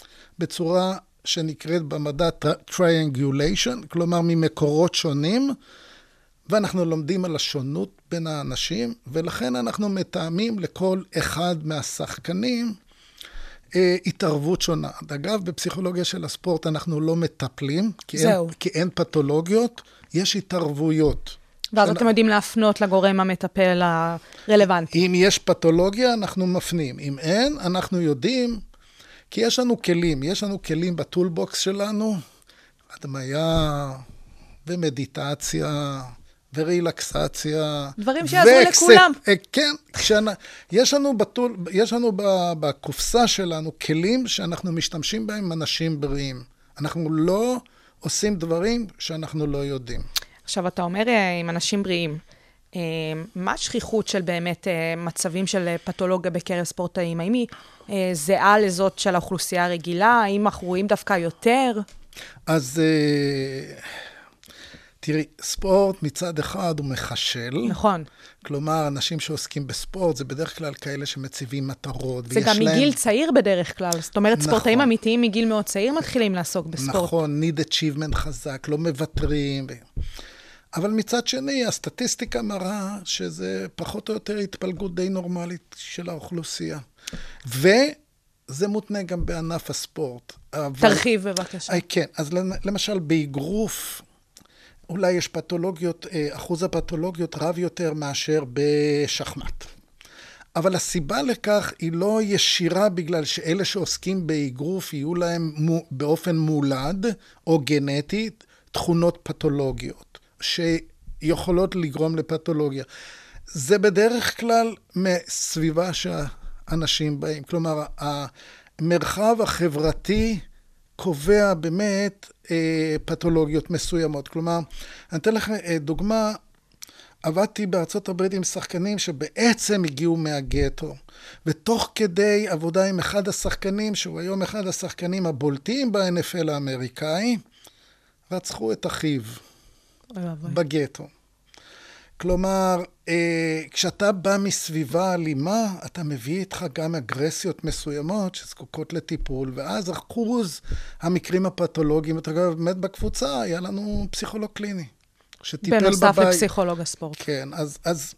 בצורה שנקראת במדע triangulation, כלומר ממקורות שונים, ואנחנו לומדים על השונות בין האנשים, ולכן אנחנו מתאמים לכל אחד מהשחקנים אה, התערבות שונה. אגב, בפסיכולוגיה של הספורט אנחנו לא מטפלים, כי, אין, כי אין פתולוגיות, יש התערבויות. ואז אתם יודעים להפנות לגורם המטפל הרלוונטי. אם יש פתולוגיה, אנחנו מפנים. אם אין, אנחנו יודעים, כי יש לנו כלים, יש לנו כלים בטולבוקס שלנו, הדמיה ומדיטציה ורילקסציה. דברים שיעזרו לכולם. כן, כשאנ... יש לנו, בטול... יש לנו בקופסה שלנו כלים שאנחנו משתמשים בהם עם אנשים בריאים. אנחנו לא עושים דברים שאנחנו לא יודעים. עכשיו, אתה אומר עם אנשים בריאים, מה השכיחות של באמת מצבים של פתולוגיה בקרב ספורטאים? האם היא זהה לזאת של האוכלוסייה הרגילה? האם אנחנו רואים דווקא יותר? אז תראי, ספורט מצד אחד הוא מחשל. נכון. כלומר, אנשים שעוסקים בספורט, זה בדרך כלל כאלה שמציבים מטרות. זה גם מגיל להם... צעיר בדרך כלל. זאת אומרת, נכון. ספורטאים אמיתיים מגיל מאוד צעיר מתחילים לעסוק בספורט. נכון, need achievement חזק, לא מבטרים. אבל מצד שני, הסטטיסטיקה מראה שזה פחות או יותר התפלגות די נורמלית של האוכלוסייה. וזה מותנה גם בענף הספורט. תרחיב בבקשה. כן, אז למשל באגרוף, אולי יש פתולוגיות, אחוז הפתולוגיות רב יותר מאשר בשחמט. אבל הסיבה לכך היא לא ישירה בגלל שאלה שעוסקים באגרוף יהיו להם באופן מולד או גנטית תכונות פתולוגיות שיכולות לגרום לפתולוגיה. זה בדרך כלל מסביבה שהאנשים באים. כלומר, המרחב החברתי קובע באמת אה, פתולוגיות מסוימות. כלומר, אני אתן לך אה, דוגמה, עבדתי בארצות הברית עם שחקנים שבעצם הגיעו מהגטו, ותוך כדי עבודה עם אחד השחקנים, שהוא היום אחד השחקנים הבולטים ב-אן אף אל האמריקאי, רצחו את אחיו בגטו. כלומר, כשאתה בא מסביבה אלימה, אתה מביא איתך גם אגרסיות מסוימות שזקוקות לטיפול, ואז אחוז המקרים הפתולוגיים, אתה יודע, באמת בקבוצה, היה לנו פסיכולוג קליני. בנוסף לפסיכולוג הספורט. כן, אז, אז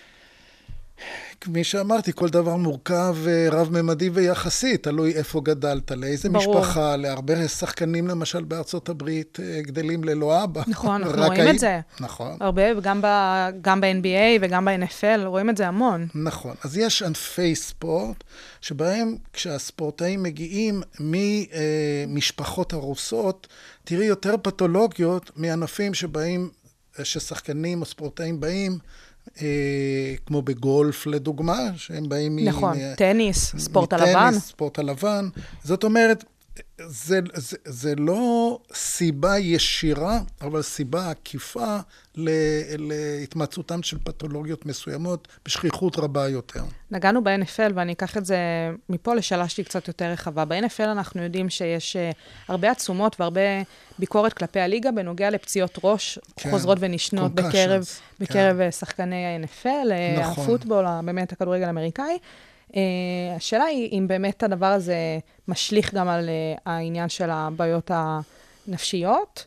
כמי שאמרתי, כל דבר מורכב רב-ממדי ויחסי, תלוי איפה גדלת, לאיזה ברור. משפחה, להרבה שחקנים למשל בארצות הברית גדלים ללא אבא. נכון, אנחנו רואים את זה. נכון. הרבה, וגם ב- גם ב-אן בי איי וגם ב-אן אף אל, רואים את זה המון. נכון, אז יש ענפי ספורט, שבהם כשהספורטאים מגיעים ממשפחות הרוסות, תראי יותר פתולוגיות מענפים שבאים, ששחקנים או ספורטאים באים, אה, כמו בגולף לדוגמה, שהם באים נכון, מ- טניס, מ- ספורט מטניס, הלבן. ספורט הלבן. זאת אומרת, זה, זה, זה לא סיבה ישירה, אבל סיבה עקיפה ל, להתמצאותם של פתולוגיות מסוימות בשכיחות רבה יותר. נגענו ב-אן אף אל, ואני אקח את זה מפה לשאלה שלי קצת יותר רחבה. ב-אן אף אל אנחנו יודעים שיש uh, הרבה עצומות והרבה ביקורת כלפי הליגה בנוגע לפציעות ראש, כן, חוזרות ונשנות בקרב, כן. בקרב שחקני ה-אן אף אל, נכון. הפוטבול, באמת הכדורגל האמריקאי. Uh, השאלה היא אם באמת הדבר הזה משליך גם על uh, העניין של הבעיות הנפשיות,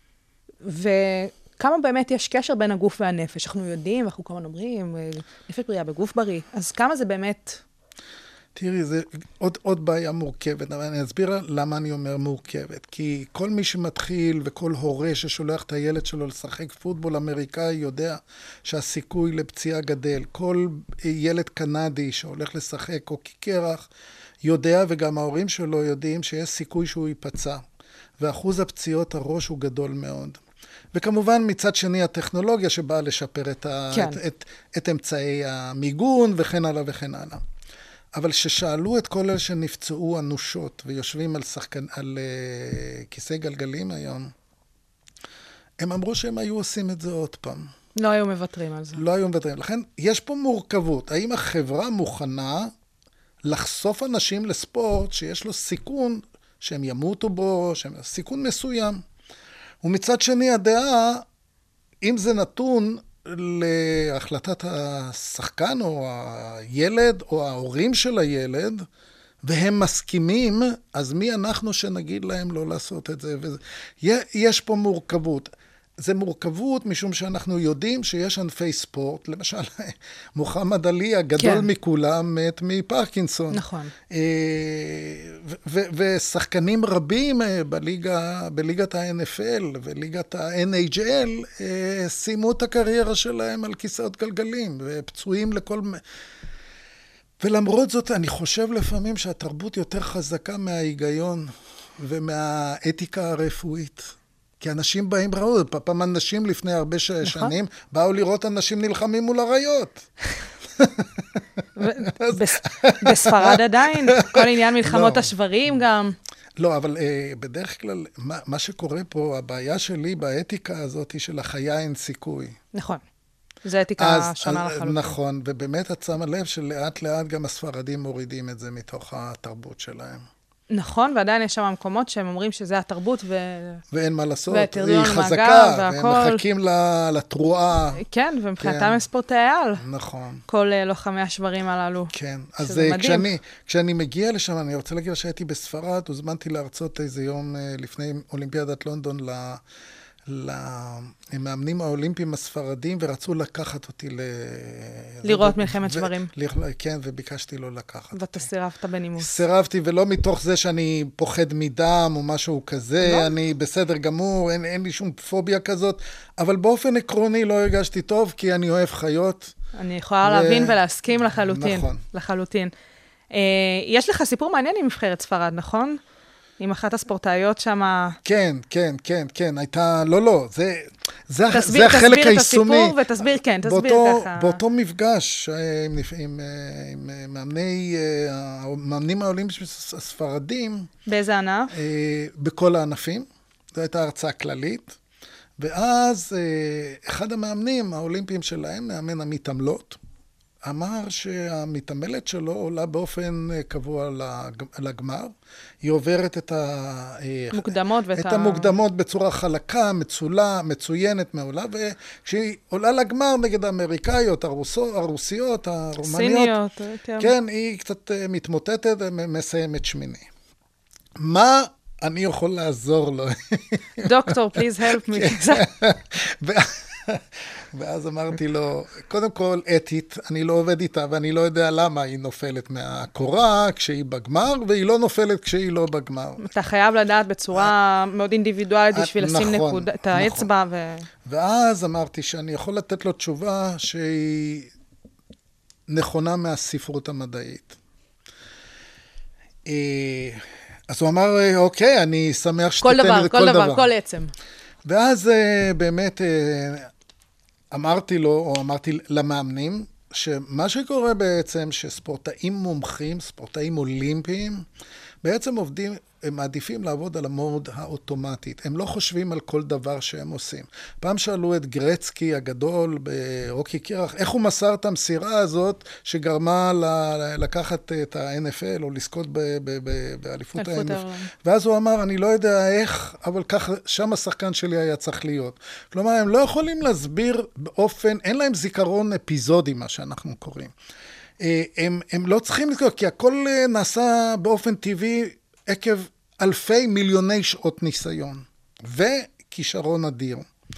וכמה באמת יש קשר בין הגוף והנפש. אנחנו יודעים, ואנחנו כמובן אומרים, נפש בריאה בגוף בריא, אז כמה זה באמת... תראי, זה עוד, עוד בעיה מורכבת, אבל אני אסביר למה אני אומר מורכבת. כי כל מי שמתחיל וכל הורה ששולח את הילד שלו לשחק פוטבול אמריקאי יודע שהסיכוי לפציעה גדל. כל ילד קנדי שהולך לשחק או כקרח יודע, וגם ההורים שלו יודעים שיש סיכוי שהוא ייפצע. ואחוז הפציעות הראש הוא גדול מאוד. וכמובן מצד שני הטכנולוגיה שבאה לשפר את, ה, כן. את, את, את אמצעי המיגון וכן הלאה וכן הלאה. אבל ששאלו את כל אלה שנפצעו אנושות ויושבים על, שחקן, על uh, כיסא גלגלים היום, הם אמרו שהם היו עושים את זה עוד פעם. לא היו מוותרים על זה. לא היו מוותרים. לכן יש פה מורכבות. האם החברה מוכנה לחשוף אנשים לספורט שיש לו סיכון שהם ימותו בו, שהם סיכון מסוים. ומצד שני הדעה, אם זה נתון להחלטת השחקן או הילד או ההורים של הילד, והם מסכימים, אז מי אנחנו שנגיד להם לא לעשות את זה? וזה. יש פה מורכבות. זה מורכבות משום שאנחנו יודעים שיש ענפי ספורט, למשל, מוחמד עלי הגדול כן. מכולם מת מפרקינסון. נכון. ושחקנים רבים בליגה, בליגת ה-אן אף אל וליגת ה-אן אייץ' אל סיימו את הקריירה שלהם על כיסאות גלגלים, ופצועים לכל... ולמרות זאת, אני חושב לפעמים שהתרבות יותר חזקה מההיגיון ומהאתיקה הרפואית. כי אנשים באים ראו, פעם אנשים לפני הרבה ש... שנים, באו לראות אנשים נלחמים מול הריות. בספרד עדיין, כל עניין מלחמות השברים גם. לא, אבל בדרך כלל, מה שקורה פה, הבעיה שלי באתיקה הזאת של החיה אין סיכוי. נכון. זו אתיקה שונה לחלוטין. נכון, ובאמת את שמה לב שלאט לאט גם הספרדים מורידים את זה מתוך התרבות שלהם. נכון, ועדיין יש שם מקומות שהם אומרים שזה התרבות ו... ואין מה לעשות, היא חזקה, והם מחכים לתרועה. כן, ומבחינתם הם ספורטאי על. נכון. כל לוחמי השברים הללו. כן, אז כשאני, כשאני מגיע לשם, אני רוצה להגיד שהייתי בספרד, הוזמנתי להרצות איזה יום לפני אולימפיאדת לונדון ל... למאמנים האולימפיים הספרדים, ורצו לקחת אותי ל... לראות מלחמת שברים. כן, וביקשתי לא לקחת. ואתה סירבת בנימוס. סירבתי, ולא מתוך זה שאני פוחד מדם או משהו כזה, אני בסדר גמור, אין, אין לי שום פוביה כזאת, אבל באופן עקרוני לא הרגשתי טוב, כי אני אוהב חיות. אני יכולה להבין ולהסכים לחלוטין. נכון. לחלוטין. יש לך סיפור מעניין עם נבחרת ספרד, נכון? עם אחת הספורטאיות שם... כן, כן, כן, כן, הייתה... לא, לא, זה, זה, תסביר, זה החלק היישומי. תסביר את הסיפור ותסביר, כן, תסביר באותו, ככה. באותו מפגש עם, עם, עם מאמני, המאמנים העולים הספרדים... באיזה ענף? בכל הענפים. זו הייתה הרצאה כללית, ואז אחד המאמנים האולימפיים שלהם, מאמן המתעמלות, אמר שהמתעמלת שלו עולה באופן קבוע לגמר. היא עוברת את המוקדמות, את המוקדמות בצורה חלקה, מצולה, מצוינת, מעולה, וכשהיא עולה לגמר נגד האמריקאיות, הרוסיות, הרומניות, כן, היא קצת מתמוטטת ומסיימת שמיני. מה אני יכול לעזור לו? דוקטור, please help me. ואז אמרתי לו, קודם כל, אתית, אני לא עובד איתה, ואני לא יודע למה היא נופלת מהקורה כשהיא בגמר, והיא לא נופלת כשהיא לא בגמר. אתה חייב לדעת בצורה מאוד אינדיבידואלית בשביל לשים נקודה, את האצבע. ואז אמרתי שאני יכול לתת לו תשובה שהיא נכונה מהספרות המדעית. אז הוא אמר, אוקיי, אני שמח שתתן כל דבר, כל דבר, כל עצם. ואז באמת אמרתי לו, או אמרתי למאמנים, שמה שקורה בעצם, שספורטאים מומחים, ספורטאים אולימפיים, בעצם עובדים, הם מעדיפים לעבוד על המוד האוטומטית. הם לא חושבים על כל דבר שהם עושים. פעם שאלו את גרצקי הגדול ברוקי קירח, איך הוא מסר את המסירה הזאת שגרמה לקחת את ה-אן אף אל או לזכות באליפות ה-אן אף אל. ואז הוא אמר, אני לא יודע איך, אבל ככה, שם השחקן שלי היה צריך להיות. כלומר, הם לא יכולים להסביר באופן, אין להם זיכרון אפיזודי, מה שאנחנו קוראים. הם, הם לא צריכים לזכור, כי הכל נעשה באופן טבעי עקב אלפי מיליוני שעות ניסיון וכישרון אדיר.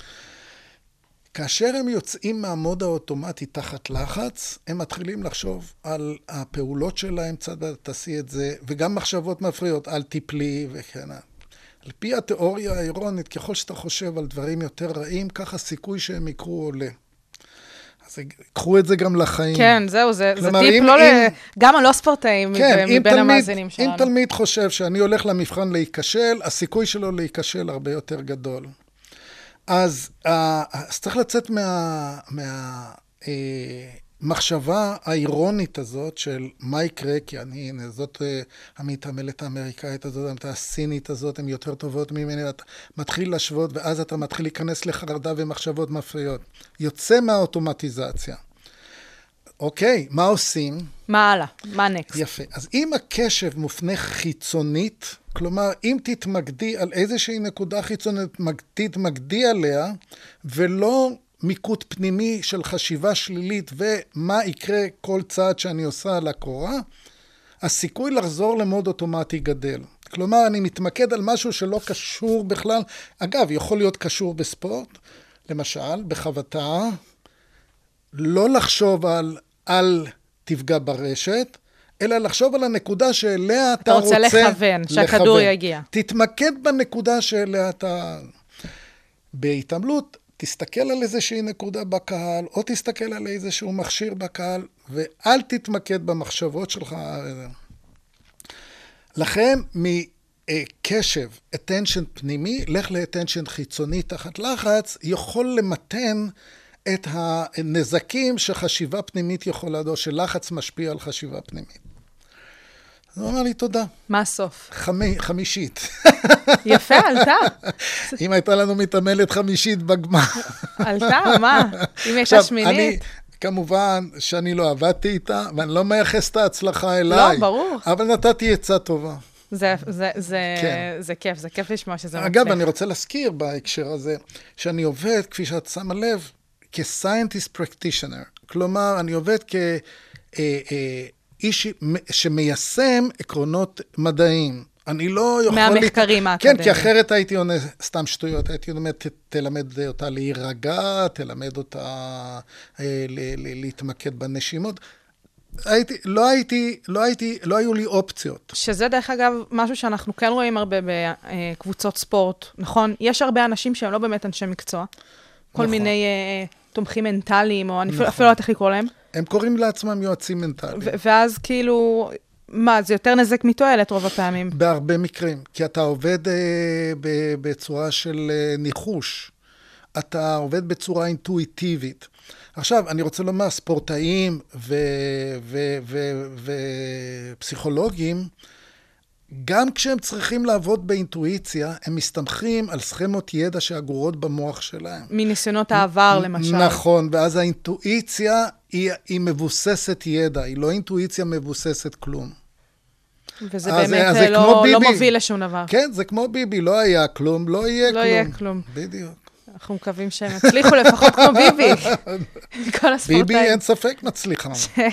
כאשר הם יוצאים מהמוד האוטומטי תחת לחץ, הם מתחילים לחשוב על הפעולות שלהם, צד תעשי את זה, וגם מחשבות מפריעות, אל תיפלי וכן. על פי התיאוריה האירונית, ככל שאתה חושב על דברים יותר רעים, ככה סיכוי שהם יקרו עולה. אז קחו את זה גם לחיים. כן, זהו, זה, כלומר, זה טיפ אם, לא אם, ל... גם הלא ספורטאים כן, מבין תלמיד, המאזינים שלנו. אם תלמיד חושב שאני הולך למבחן להיכשל, הסיכוי שלו להיכשל הרבה יותר גדול. אז, אז צריך לצאת מה... מה מחשבה האירונית הזאת של מה יקרה, כי אני, הנה, זאת המתעמלת האמריקאית הזאת, הסינית הזאת, הן יותר טובות ממני, אתה מתחיל להשוות, ואז אתה מתחיל להיכנס לחרדה ומחשבות מפריעות. יוצא מהאוטומטיזציה. אוקיי, מה עושים? מה הלאה? מה נקסט? יפה. אז אם הקשב מופנה חיצונית, כלומר, אם תתמקדי על איזושהי נקודה חיצונית, תתמקדי עליה, ולא מיקוד פנימי של חשיבה שלילית ומה יקרה כל צעד שאני עושה על הקורה, הסיכוי לחזור למוד אוטומטי גדל. כלומר, אני מתמקד על משהו שלא קשור בכלל. אגב, יכול להיות קשור בספורט, למשל, בחבטה, לא לחשוב על, על תפגע ברשת, אלא לחשוב על הנקודה שאליה אתה, אתה רוצה, רוצה לכוון, שהכדור יגיע. תתמקד בנקודה שאליה אתה... בהתעמלות, תסתכל על איזושהי נקודה בקהל, או תסתכל על איזשהו מכשיר בקהל, ואל תתמקד במחשבות שלך. לכן, מקשב, attention פנימי, לך ל-attention חיצוני תחת לחץ, יכול למתן את הנזקים שחשיבה פנימית יכולה, או שלחץ משפיע על חשיבה פנימית. אז הוא אמר לי, תודה. מה הסוף? חמי, חמישית. יפה, עלתה. אם הייתה לנו מתעמלת חמישית בגמר. עלתה, מה? אם יש השמינית? אני, כמובן שאני לא עבדתי איתה, ואני לא מייחס את ההצלחה אליי. לא, ברור. אבל נתתי עצה טובה. זה, זה, זה, כן. זה כיף, זה כיף לשמוע שזה מצליח. אגב, אני רוצה להזכיר בהקשר הזה, שאני עובד, כפי שאת שמה לב, כ-scientist practitioner. כלומר, אני עובד כ... אה, אה, איש שמיישם עקרונות מדעיים. אני לא יכול... מהמחקרים האקדמיים. כן, כי אחרת הייתי עונה סתם שטויות. הייתי אומר, תלמד אותה להירגע, תלמד אותה להתמקד בנשימות. הייתי, לא הייתי, לא הייתי, לא היו לי אופציות. שזה דרך אגב משהו שאנחנו כן רואים הרבה בקבוצות ספורט, נכון? יש הרבה אנשים שהם לא באמת אנשי מקצוע. כל נכון. מיני תומכים מנטליים, או אני נכון. אפילו לא יודעת איך לקרוא להם. הם קוראים לעצמם יועצים מנטליים. ואז כאילו, מה, זה יותר נזק מתועלת רוב הפעמים? בהרבה מקרים, כי אתה עובד אה, בצורה של אה, ניחוש. אתה עובד בצורה אינטואיטיבית. עכשיו, אני רוצה לומר, ספורטאים ופסיכולוגים, גם כשהם צריכים לעבוד באינטואיציה, הם מסתמכים על סכמות ידע שאגורות במוח שלהם. מניסיונות העבר, למשל. נכון, ואז האינטואיציה היא, היא מבוססת ידע, היא לא אינטואיציה מבוססת כלום. וזה אז, באמת אז לא, לא לא מוביל לשום דבר. כן, זה כמו ביבי, לא היה כלום, לא יהיה לא כלום. לא יהיה כלום. בדיוק. אנחנו מקווים שהם הצליחו לפחות כמו ביבי. כל הספורטאים. ביבי אין ספק מצליחה.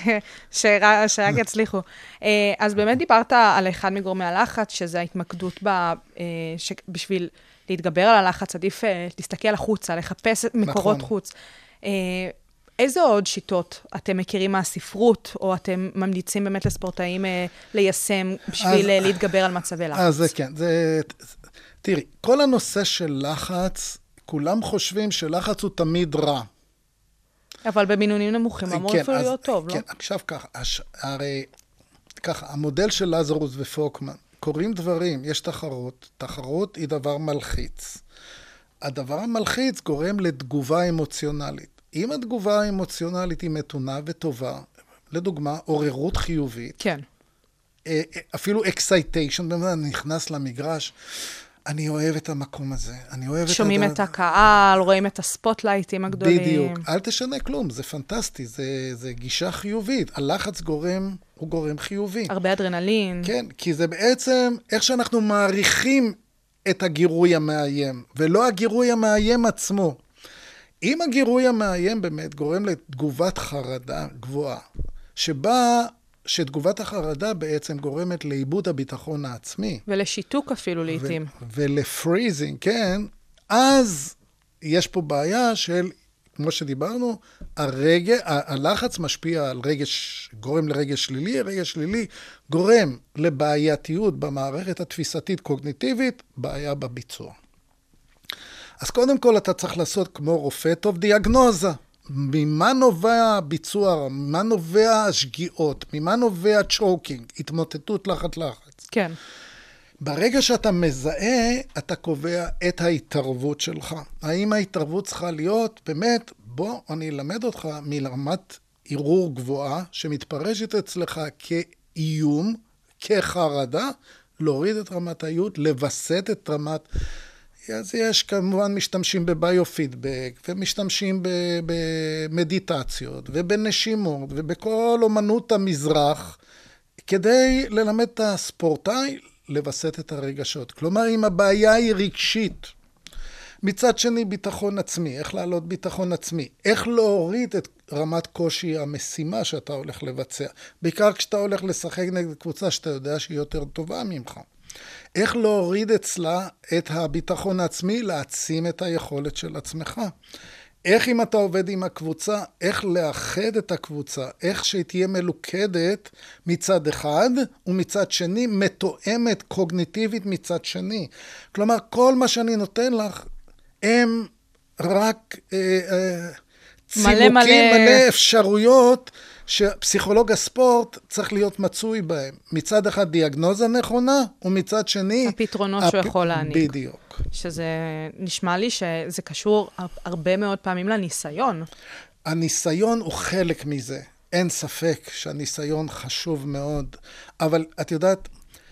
שרק יצליחו. אז באמת דיברת על אחד מגורמי הלחץ, שזה ההתמקדות בשביל להתגבר על הלחץ, עדיף להסתכל החוצה, לחפש מקורות חוץ. איזה עוד שיטות אתם מכירים מהספרות, או אתם ממליצים באמת לספורטאים ליישם בשביל להתגבר על מצבי לחץ? אז זה כן, זה... תראי, כל הנושא של לחץ, כולם חושבים שלחץ הוא תמיד רע. אבל במינונים נמוכים, אמור אפילו להיות טוב, לא? כן, עכשיו ככה, הרי ככה, המודל של לזרוס ופוקמן, קוראים דברים, יש תחרות, תחרות היא דבר מלחיץ. הדבר המלחיץ גורם לתגובה אמוציונלית. אם התגובה האמוציונלית היא מתונה וטובה, לדוגמה, עוררות חיובית, כן. אפילו excitation, נכנס למגרש, אני אוהב את המקום הזה, אני אוהב את... שומעים את הקהל, רואים את הספוטלייטים הגדולים. בדיוק, אל תשנה כלום, זה פנטסטי, זה, זה גישה חיובית. הלחץ גורם, הוא גורם חיובי. הרבה אדרנלין. כן, כי זה בעצם איך שאנחנו מעריכים את הגירוי המאיים, ולא הגירוי המאיים עצמו. אם הגירוי המאיים באמת גורם לתגובת חרדה גבוהה, שבה... שתגובת החרדה בעצם גורמת לאיבוד הביטחון העצמי. ולשיתוק אפילו לעתים. ו- ולפריזינג, כן, אז יש פה בעיה של, כמו שדיברנו, הרגע, ה- הלחץ משפיע על רגש, גורם לרגש שלילי, הרגש שלילי גורם לבעייתיות במערכת התפיסתית קוגניטיבית, בעיה בביצוע. אז קודם כל אתה צריך לעשות כמו רופא טוב דיאגנוזה. ממה נובע הביצוע, ממה נובע השגיאות, ממה נובע צ'וקינג, התמוטטות לחץ לחץ. כן. ברגע שאתה מזהה, אתה קובע את ההתערבות שלך. האם ההתערבות צריכה להיות, באמת, בוא אני אלמד אותך מרמת ערעור גבוהה, שמתפרשת אצלך כאיום, כחרדה, להוריד את רמת האיות, לבסט את רמת... אז יש כמובן משתמשים בביופידבק, ומשתמשים במדיטציות, ובנשימות, ובכל אומנות המזרח, כדי ללמד את הספורטאי לבסט את הרגשות. כלומר, אם הבעיה היא רגשית, מצד שני ביטחון עצמי, איך לעלות ביטחון עצמי, איך להוריד את רמת קושי המשימה שאתה הולך לבצע, בעיקר כשאתה הולך לשחק נגד קבוצה שאתה יודע שהיא יותר טובה ממך. איך להוריד אצלה את הביטחון העצמי, להעצים את היכולת של עצמך. איך אם אתה עובד עם הקבוצה, איך לאחד את הקבוצה, איך שהיא תהיה מלוכדת מצד אחד, ומצד שני מתואמת קוגניטיבית מצד שני. כלומר, כל מה שאני נותן לך, הם רק אה, אה, צימוקים, מלא, מלא אפשרויות, שפסיכולוג הספורט צריך להיות מצוי בהם. מצד אחד דיאגנוזה נכונה, ומצד שני... הפתרונות הפ... שהוא יכול להעניק. בדיוק. שזה נשמע לי שזה קשור הרבה מאוד פעמים לניסיון. הניסיון הוא חלק מזה. אין ספק שהניסיון חשוב מאוד. אבל את יודעת,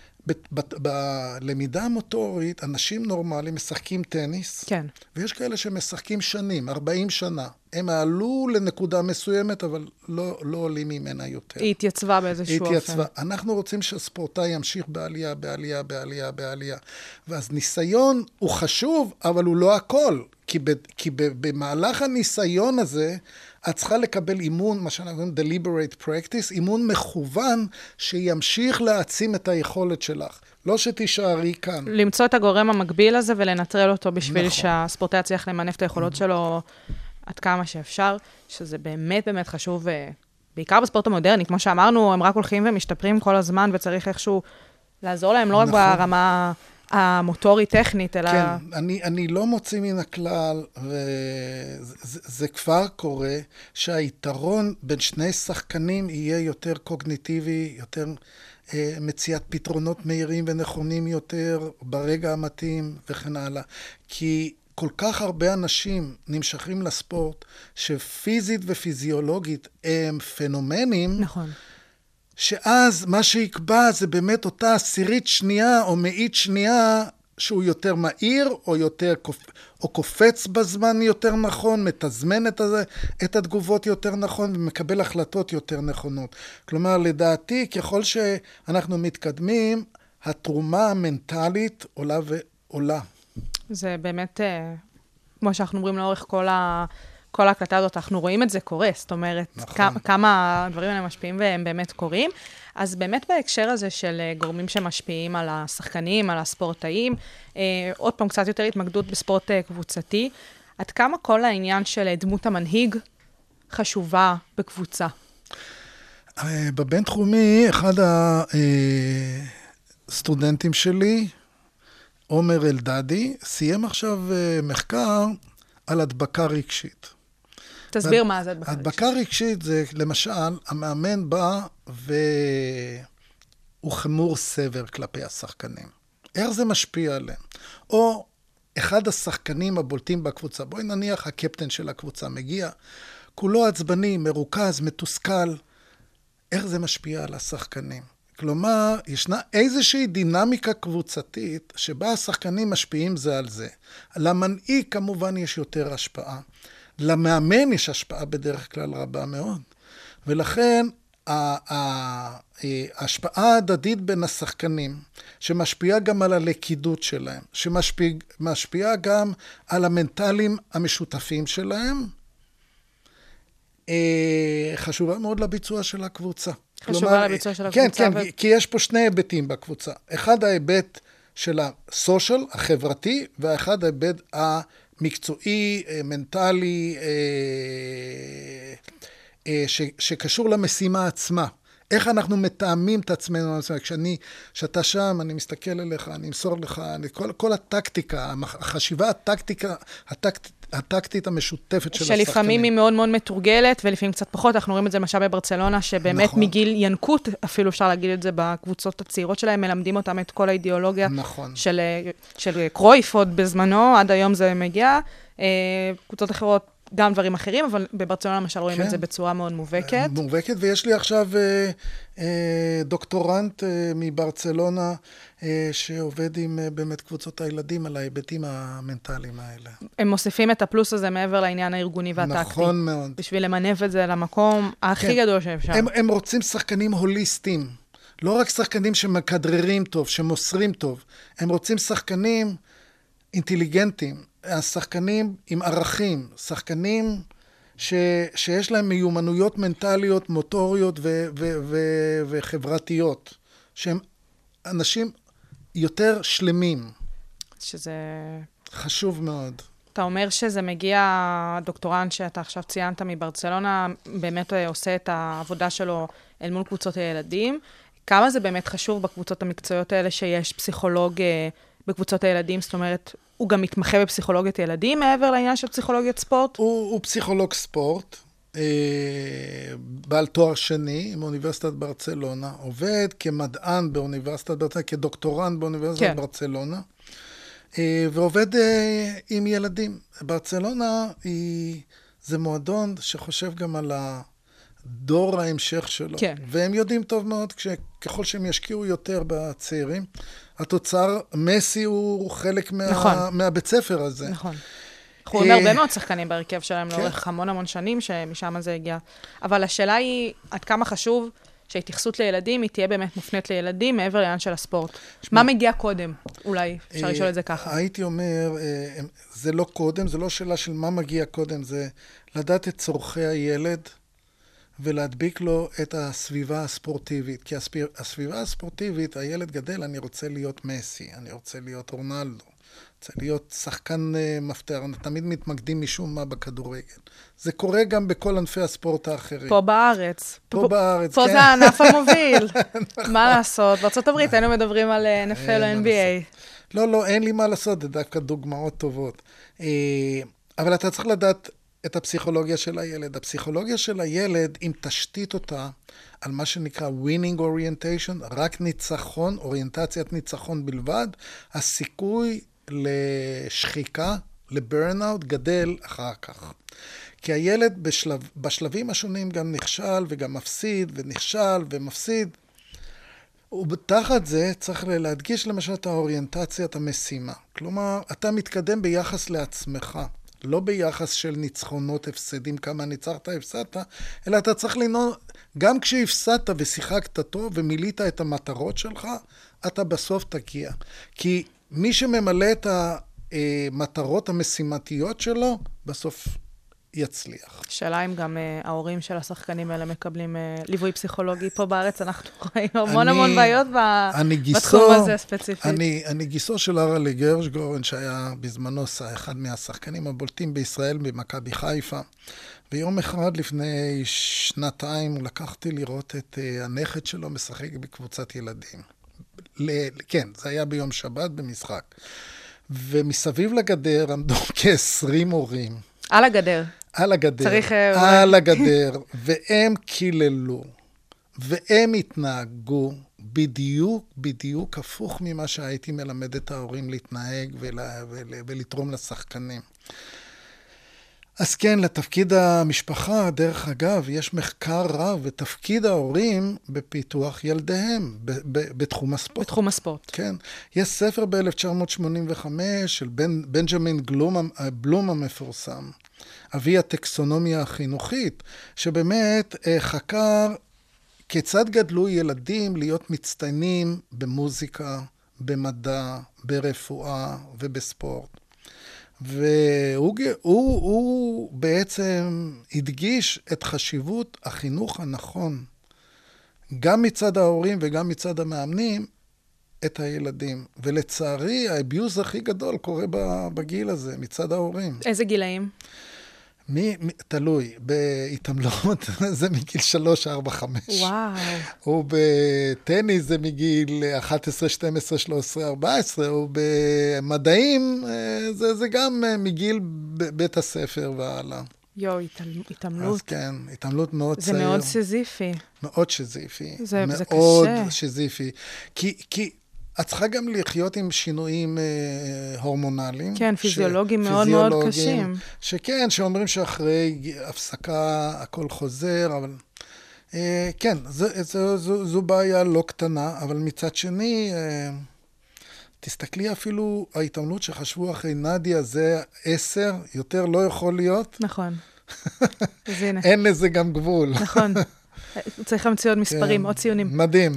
בלמידה המוטורית, אנשים נורמליים משחקים טניס. כן. ויש כאלה שמשחקים שנים, ארבעים שנה. הם עלו לנקודה מסוימת, אבל לא, לא עולים ממנה יותר. היא התייצבה באיזשהו אופן. היא התייצבה. אנחנו רוצים שהספורטאי ימשיך בעלייה, בעלייה, בעלייה, בעלייה. ואז ניסיון הוא חשוב, אבל הוא לא הכל. כי, ב, כי ב, במהלך הניסיון הזה, את צריכה לקבל אימון, מה שאנחנו קוראים deliberate practice, אימון מכוון שימשיך להעצים את היכולת שלך. לא שתישארי כאן. למצוא את הגורם המקביל הזה ולנטרל אותו בשביל נכון. שהספורטאי יצליח למנף את היכולות שלו עד כמה שאפשר, שזה באמת באמת חשוב, בעיקר בספורט המודרני, כמו שאמרנו, הם רק הולכים ומשתפרים כל הזמן, וצריך איכשהו לעזור להם, לא רק נכון. ברמה המוטורית-טכנית, אלא... כן, אני, אני לא מוציא מן הכלל, וזה זה כבר קורה, שהיתרון בין שני שחקנים יהיה יותר קוגניטיבי, יותר אה, מציאת פתרונות מהירים ונכונים יותר, ברגע המתאים וכן הלאה. כי כל כך הרבה אנשים נמשכים לספורט, שפיזית ופיזיולוגית הם פנומנים, נכון. שאז מה שיקבע זה באמת אותה עשירית שנייה או מאית שנייה שהוא יותר מהיר או יותר או קופץ בזמן יותר נכון, מתזמן את, הזה, את התגובות יותר נכון ומקבל החלטות יותר נכונות. כלומר, לדעתי, ככל שאנחנו מתקדמים, התרומה המנטלית עולה ועולה. זה באמת, כמו שאנחנו אומרים לאורך כל ה... כל ההקלטה הזאת, אנחנו רואים את זה קורה, זאת אומרת, נכון. כמה הדברים האלה משפיעים והם באמת קורים. אז באמת בהקשר הזה של גורמים שמשפיעים על השחקנים, על הספורטאים, אה, עוד פעם קצת יותר התמקדות בספורט אה, קבוצתי, עד כמה כל העניין של דמות המנהיג חשובה בקבוצה? אה, בבינתחומי, אחד הסטודנטים שלי, עומר אלדדי, סיים עכשיו אה, מחקר על הדבקה רגשית. תסביר מה זה הדבקה רגשית. הדבקה רגשית זה, למשל, המאמן בא והוא חמור סבר כלפי השחקנים. איך זה משפיע עליהם? או אחד השחקנים הבולטים בקבוצה, בואי נניח הקפטן של הקבוצה מגיע, כולו עצבני, מרוכז, מתוסכל. איך זה משפיע על השחקנים? כלומר, ישנה איזושהי דינמיקה קבוצתית שבה השחקנים משפיעים זה על זה. למנהיג כמובן יש יותר השפעה. למאמן יש השפעה בדרך כלל רבה מאוד. ולכן ההשפעה ההדדית בין השחקנים, שמשפיעה גם על הלכידות שלהם, שמשפיעה גם על המנטלים המשותפים שלהם, חשובה מאוד לביצוע של הקבוצה. חשובה לביצוע של הקבוצה. כן, כן, כי יש פה שני היבטים בקבוצה. אחד ההיבט של הסושיאל, החברתי, ואחד ההיבט המקצועי, מנטלי, שקשור למשימה עצמה. איך אנחנו מתאמים את עצמנו, כשאני, כשאתה שם, אני מסתכל אליך, אני אמסור לך, אני, כל, כל הטקטיקה, החשיבה הטקטיקה, הטקט, הטקטית המשותפת של השחקנים. שלפעמים היא מאוד מאוד מתורגלת, ולפעמים קצת פחות, אנחנו רואים את זה למשל בברצלונה, שבאמת נכון. מגיל ינקות, אפילו אפשר להגיד את זה בקבוצות הצעירות שלהם, מלמדים אותם את כל האידיאולוגיה נכון. של, של קרויף עוד בזמנו, עד היום זה מגיע, קבוצות אחרות, גם דברים אחרים, אבל בברצלונה למשל רואים כן. את זה בצורה מאוד מובהקת. מובהקת, ויש לי עכשיו אה, אה, דוקטורנט אה, מברצלונה, אה, שעובד עם אה, באמת קבוצות הילדים על ההיבטים המנטליים האלה. הם מוסיפים את הפלוס הזה מעבר לעניין הארגוני והטקטי. נכון מאוד. בשביל למנף את זה למקום הכי כן. גדול שאפשר. הם, הם רוצים שחקנים הוליסטיים. לא רק שחקנים שמקדררים טוב, שמוסרים טוב. הם רוצים שחקנים אינטליגנטים. השחקנים עם ערכים, שחקנים ש, שיש להם מיומנויות מנטליות, מוטוריות ו, ו, ו, וחברתיות, שהם אנשים יותר שלמים. שזה... חשוב מאוד. אתה אומר שזה מגיע, הדוקטורנט שאתה עכשיו ציינת מברצלונה, באמת עושה את העבודה שלו אל מול קבוצות הילדים. כמה זה באמת חשוב בקבוצות המקצועיות האלה שיש פסיכולוג בקבוצות הילדים? זאת אומרת, הוא גם מתמחה בפסיכולוגיית ילדים, מעבר לעניין של פסיכולוגיית ספורט? הוא, הוא פסיכולוג ספורט, אה, בעל תואר שני, עם אוניברסיטת ברצלונה, עובד כמדען באוניברסיטת ברצלונה, כדוקטורנט באוניברסיטת כן. ברצלונה, אה, ועובד אה, עם ילדים. ברצלונה היא, זה מועדון שחושב גם על הדור ההמשך שלו. כן. והם יודעים טוב מאוד, ככל שהם ישקיעו יותר בצעירים, התוצר, מסי הוא חלק מה, נכון. מהבית ספר הזה. נכון. אנחנו רואים הרבה מאוד שחקנים בהרכב שלהם לאורך המון המון שנים, שמשם זה הגיע. אבל השאלה היא, עד כמה חשוב שההתייחסות לילדים, היא תהיה באמת מופנית לילדים, מעבר לעניין של הספורט. מה מגיע קודם? אולי אפשר לשאול את זה ככה. הייתי אומר, זה לא קודם, זה לא שאלה של מה מגיע קודם, זה לדעת את צורכי הילד, ולהדביק לו את הסביבה הספורטיבית. כי הסביבה הספורטיבית, הילד גדל, אני רוצה להיות מסי, אני רוצה להיות רונלדו, רוצה להיות שחקן מפתח, תמיד מתמקדים משום מה בכדורגל. זה קורה גם בכל ענפי הספורט האחרים. פה בארץ. פה בארץ, כן. פה זה הענף המוביל. מה לעשות? בארצות הברית היינו מדברים על אן אף אל או אן בי איי. לא, לא, אין לי מה לעשות, זה דווקא דוגמאות טובות. אבל אתה צריך לדעת את הפסיכולוגיה של הילד. הפסיכולוגיה של הילד, אם תשתית אותה על מה שנקרא winning orientation, רק ניצחון, אוריינטציית ניצחון בלבד, הסיכוי לשחיקה לברנאוט גדל אחר כך. כי הילד בשלב, בשלבים השונים גם נכשל וגם מפסיד, ונכשל ומפסיד. ובתחת זה צריך להדגיש למשל את האוריינטציה, את המשימה. כלומר, אתה מתקדם ביחס לעצמך, לא ביחס של ניצחונות, הפסדים, כמה ניצחת, הפסדת, אלא אתה צריך לנוע, גם כשהפסדת ושיחקת טוב ומילאת את המטרות שלך, אתה בסוף תגיע. כי מי שממלא את המטרות המשימתיות שלו, בסוף יצליח. שאלה אם גם uh, ההורים של השחקנים האלה מקבלים uh, ליווי פסיכולוגי. פה בארץ אנחנו רואים המון אני, המון בעיות ב- בתחום הזה ספציפית. אני, אני גיסו של הרלי גרשגורן, שהיה בזמנו אחד מהשחקנים הבולטים בישראל במכבי חיפה. ויום אחד לפני שנתיים הוא לקחתי לראות את uh, הנכד שלו משחק בקבוצת ילדים. ל- כן, זה היה ביום שבת במשחק. ומסביב לגדר עמדו כ-עשרים הורים. על הגדר. על הגדר, צריך... על הגדר, והם קיללו, והם התנהגו בדיוק, בדיוק הפוך ממה שהייתי מלמד את ההורים להתנהג ול, ול, ולתרום לשחקנים. אז כן, לתפקיד המשפחה, דרך אגב, יש מחקר רב בתפקיד ההורים בפיתוח ילדיהם, ב, ב, בתחום הספורט. בתחום הספורט. כן. יש ספר ב-אלף תשע מאות שמונים וחמש של בן, בנג'מין גלום, בלום המפורסם, אבי הטקסונומיה החינוכית, שבאמת חקר כיצד גדלו ילדים להיות מצטיינים במוזיקה, במדע, ברפואה ובספורט. והוא הוא, הוא בעצם הדגיש את חשיבות החינוך הנכון, גם מצד ההורים וגם מצד המאמנים, את הילדים. ולצערי, האביוז הכי גדול קורה בגיל הזה, מצד ההורים. איזה גילאים? מי, מי, תלוי, בהתעמלות זה מגיל שלוש, ארבע, חמש. וואו. ובטניס זה מגיל אחת עשרה, שתים עשרה, שלוש עשרה, ארבע עשרה, ובמדעים זה, זה גם מגיל בית הספר והלאה. יו, התעמלות. אז כן, התעמלות מאוד זה צעיר. זה מאוד שזיפי. מאוד שזיפי. זה, מאוד זה קשה. מאוד שזיפי. כי... כי את צריכה גם לחיות עם שינויים אה, הורמונליים. כן, פיזיולוגיים מאוד מאוד קשים. שכן, שאומרים שאחרי הפסקה הכל חוזר, אבל אה, כן, זו, זו, זו, זו בעיה לא קטנה, אבל מצד שני, אה, תסתכלי אפילו ההתעמלות שחשבו אחרי נדיה, זה עשר, יותר לא יכול להיות. נכון. אז הנה. אין לזה גם גבול. נכון. צריך להמציא עוד מספרים, כן, עוד ציונים. מדהים.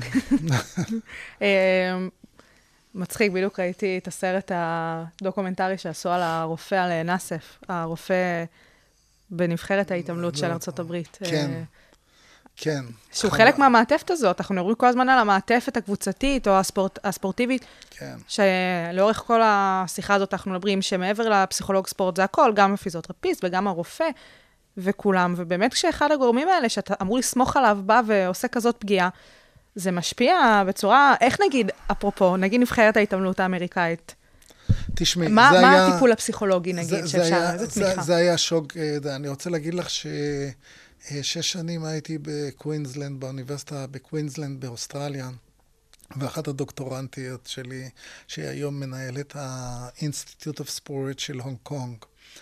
מצחיק, בדיוק ראיתי את הסרט הדוקומנטרי שעשו על הרופא, על נאסף, הרופא בנבחרת ההתעמלות של ארצות הברית. כן, כן. שהוא חלק מהמעטפת הזאת, אנחנו נראו כל הזמן על המעטפת הקבוצתית או הספורט, הספורטיבית, כן. שלאורך כל השיחה הזאת אנחנו מדברים שמעבר לפסיכולוג ספורט זה הכל, גם הפיזיותרפיסט וגם הרופא וכולם, ובאמת כשאחד הגורמים האלה שאתה אמור לסמוך עליו בא ועושה כזאת פגיעה, זה משפיע בצורה, איך נגיד, אפרופו, נגיד נבחרת ההתעמלות האמריקאית. תשמעי, מה, זה מה היה... הטיפול הפסיכולוגי, נגיד, זה, שאפשר, זה איזה זה, תמיכה? זה היה שוק, אני רוצה להגיד לך ששש שנים הייתי בקווינסלנד, באוניברסיטה בקווינסלנד באוסטרליה, ואחת הדוקטורנטיות שלי, שהיא היום מנהלת ה-Institute of Sport של הונג קונג,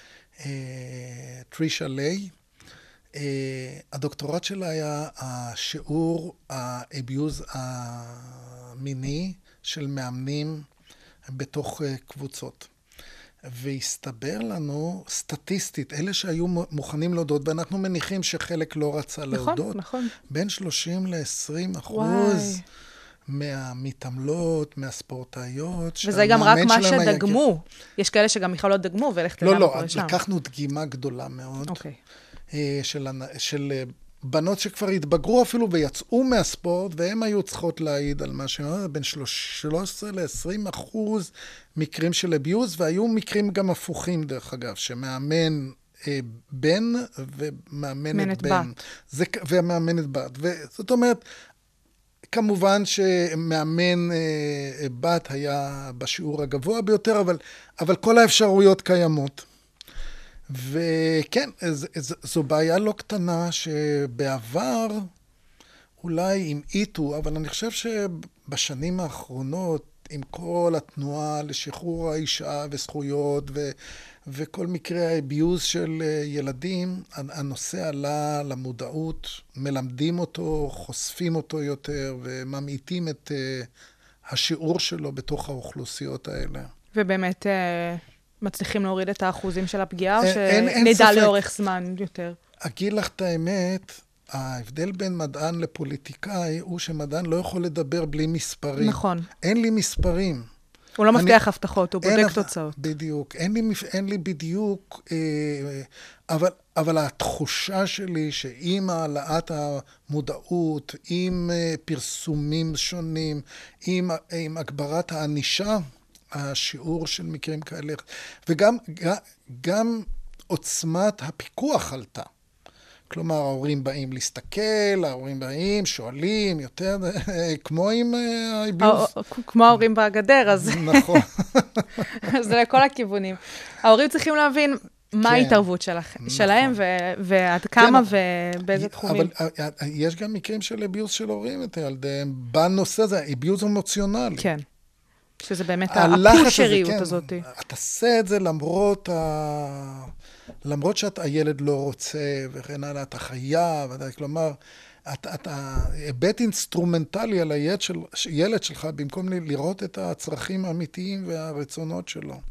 טרישה ליי, Uh, הדוקטורט שלה היה השיעור האביוז המיני של מאמנים בתוך uh, קבוצות. והסתבר לנו סטטיסטית, אלה שהיו מוכנים להודות, ואנחנו מניחים שחלק לא רצה נכון, להודות, נכון. בין שלושים לעשרים אחוז וואי. מהמתעמלות, מהספורטאיות. וזה גם רק מה שדגמו. היה... יש כאלה שגם בכלל לא דגמו, ולך תדע לא, לא, מה לשם. לקחנו דגימה גדולה מאוד. אוקיי. של, של בנות שכבר התבגרו אפילו ויצאו מהספורט, והן היו צריכות להעיד על מה שאומר, בין שלוש עשרה לעשרים אחוז מקרים של אביוז, והיו מקרים גם הפוכים דרך אגב, שמאמן אה, בן ומאמנת בן. בת. זה, ומאמנת בת. וזאת אומרת, כמובן שמאמן אה, בת היה בשיעור הגבוה ביותר, אבל, אבל כל האפשרויות קיימות. וכן, זו בעיה לא קטנה שבעבר אולי המעיטו, אבל אני חושב שבשנים האחרונות עם כל התנועה לשחרור האישה וזכויות ו, וכל מקרה האביוז של ילדים, הנושא עלה למודעות, מלמדים אותו, חושפים אותו יותר וממעיטים את השיעור שלו בתוך האוכלוסיות האלה. ובאמת מצליחים להוריד את האחוזים של הפגיעה, או אין, אין שנדע ספק. לאורך זמן יותר? אגיד לך את האמת, ההבדל בין מדען לפוליטיקאי הוא שמדען לא יכול לדבר בלי מספרים. נכון. אין לי מספרים. הוא לא אני, מבטיח הבטחות, הוא בודק אין, תוצאות. בדיוק. אין לי, אין לי בדיוק, אה, אבל, אבל התחושה שלי שעם העלאת המודעות, עם אה, פרסומים שונים, עם, עם הגברת הענישה, השיעור של מקרים כאלה, וגם גם, גם עוצמת הפיקוח עלתה. כלומר, ההורים באים להסתכל, ההורים באים, שואלים, יותר, כמו עם האביוז. כמו ההורים בגדר, אז... נכון. זה לכל הכיוונים. ההורים צריכים להבין מה ההתערבות שלהם, ועד כמה ובאיזה תחומים. אבל יש גם מקרים של אביוז של הורים את ילדיהם, בנושא הזה, אביוז אמוציונלי. כן. שזה באמת הפושריות הזאת. אתה תעשה את זה למרות ה... למרות שהילד לא רוצה, וכן הלאה, אתה חייב, אתה, כלומר, אתה, אתה, היבט אינסטרומנטלי על הילד של, ילד שלך, במקום לראות את הצרכים האמיתיים והרצונות שלו.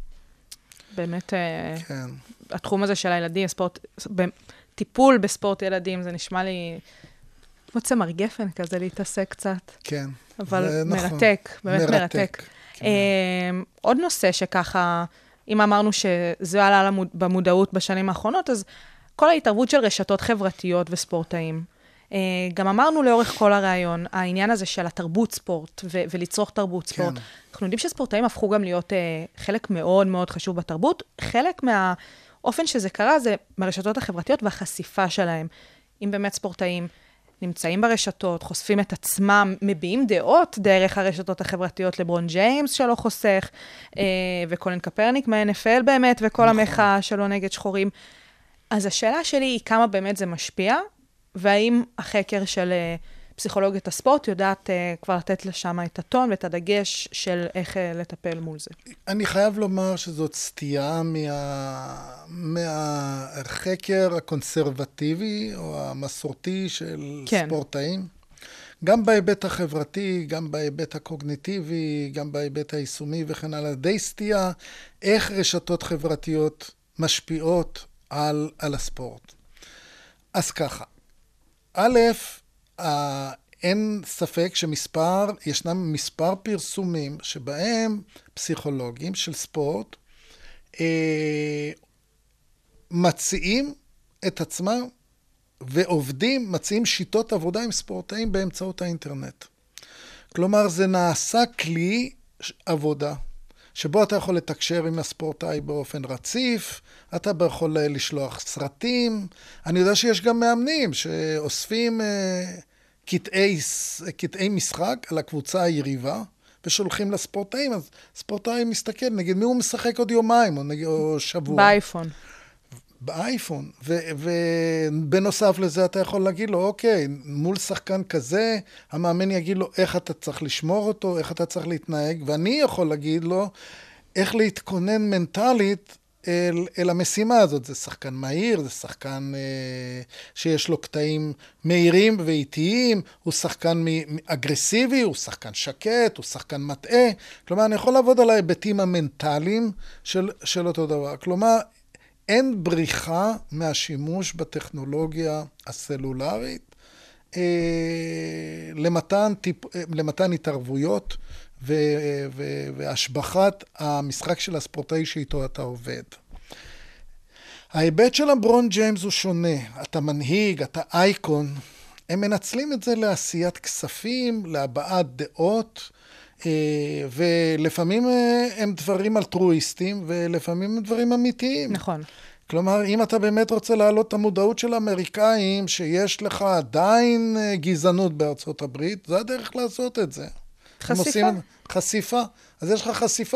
באמת, כן. התחום הזה של הילדים, הספורט, טיפול בספורט ילדים, זה נשמע לי כמו צמר גפן כזה להתעסק קצת. כן. אבל מרתק, באמת מרתק. כן. עוד נושא שככה, אם אמרנו שזה עלה במודעות בשנים האחרונות, אז כל ההתערבות של רשתות חברתיות וספורטאים. גם אמרנו לאורך כל הרעיון, העניין הזה של התרבות ספורט ו- ולצרוך תרבות ספורט. כן. אנחנו יודעים שספורטאים הפכו גם להיות uh, חלק מאוד מאוד חשוב בתרבות. חלק מהאופן שזה קרה זה ברשתות החברתיות והחשיפה שלהם. אם באמת ספורטאים נמצאים ברשתות, חושפים את עצמם, מביעים דעות דרך הרשתות החברתיות, לברון ג'יימס שלא חוסך, אה, וקולין קפרניק מה-אן אף אל באמת, וכל נכון. המחאה שלו נגד שחורים. אז השאלה שלי היא כמה באמת זה משפיע, והאם החקר של אה, פסיכולוגיית הספורט יודעת אה, כבר לתת לשם את הטון ואת הדגש של איך אה, לטפל מול זה. אני חייב לומר שזאת סטייה מה... מהחקר הקונסרבטיבי או המסורתי של כן. ספורטאים. גם בהיבט החברתי, גם בהיבט הקוגניטיבי, גם בהיבט היישומי וכן הלאה. די סטייה איך רשתות חברתיות משפיעות על, על הספורט. אז ככה, א', אין ספק שמספר, ישנם מספר פרסומים שבהם פסיכולוגים של ספורט אה, מציעים את עצמם ועובדים, מציעים שיטות עבודה עם ספורטאים באמצעות האינטרנט. כלומר, זה נעשה כלי עבודה, שבו אתה יכול לתקשר עם הספורטאי באופן רציף, אתה יכול לשלוח סרטים. אני יודע שיש גם מאמנים שאוספים אה, קטעי, קטעי משחק על הקבוצה היריבה, ושולחים לספורטאים, אז ספורטאי מסתכל, נגיד מי הוא משחק עוד יומיים או, נגיד, או שבוע. באייפון. באייפון, ובנוסף לזה אתה יכול להגיד לו, אוקיי, מול שחקן כזה, המאמן יגיד לו איך אתה צריך לשמור אותו, איך אתה צריך להתנהג, ואני יכול להגיד לו איך להתכונן מנטלית אל, אל המשימה הזאת. זה שחקן מהיר, זה שחקן אה, שיש לו קטעים מהירים ואיטיים, הוא שחקן אגרסיבי, הוא שחקן שקט, הוא שחקן מטעה. כלומר, אני יכול לעבוד על ההיבטים המנטליים של, של אותו דבר. כלומר, אין בריחה מהשימוש בטכנולוגיה הסלולרית אה, למתן, טיפ, אה, למתן התערבויות ו, ו, והשבחת המשחק של הספורטאי שאיתו אתה עובד. ההיבט של הברון ג'יימס הוא שונה. אתה מנהיג, אתה אייקון. הם מנצלים את זה לעשיית כספים, להבעת דעות, ולפעמים הם דברים אלטרואיסטיים, ולפעמים הם דברים אמיתיים. נכון. כלומר, אם אתה באמת רוצה להעלות את המודעות של האמריקאים, שיש לך עדיין גזענות בארצות הברית, זה הדרך לעשות את זה. חשיפה. חשיפה. אז יש לך חשיפה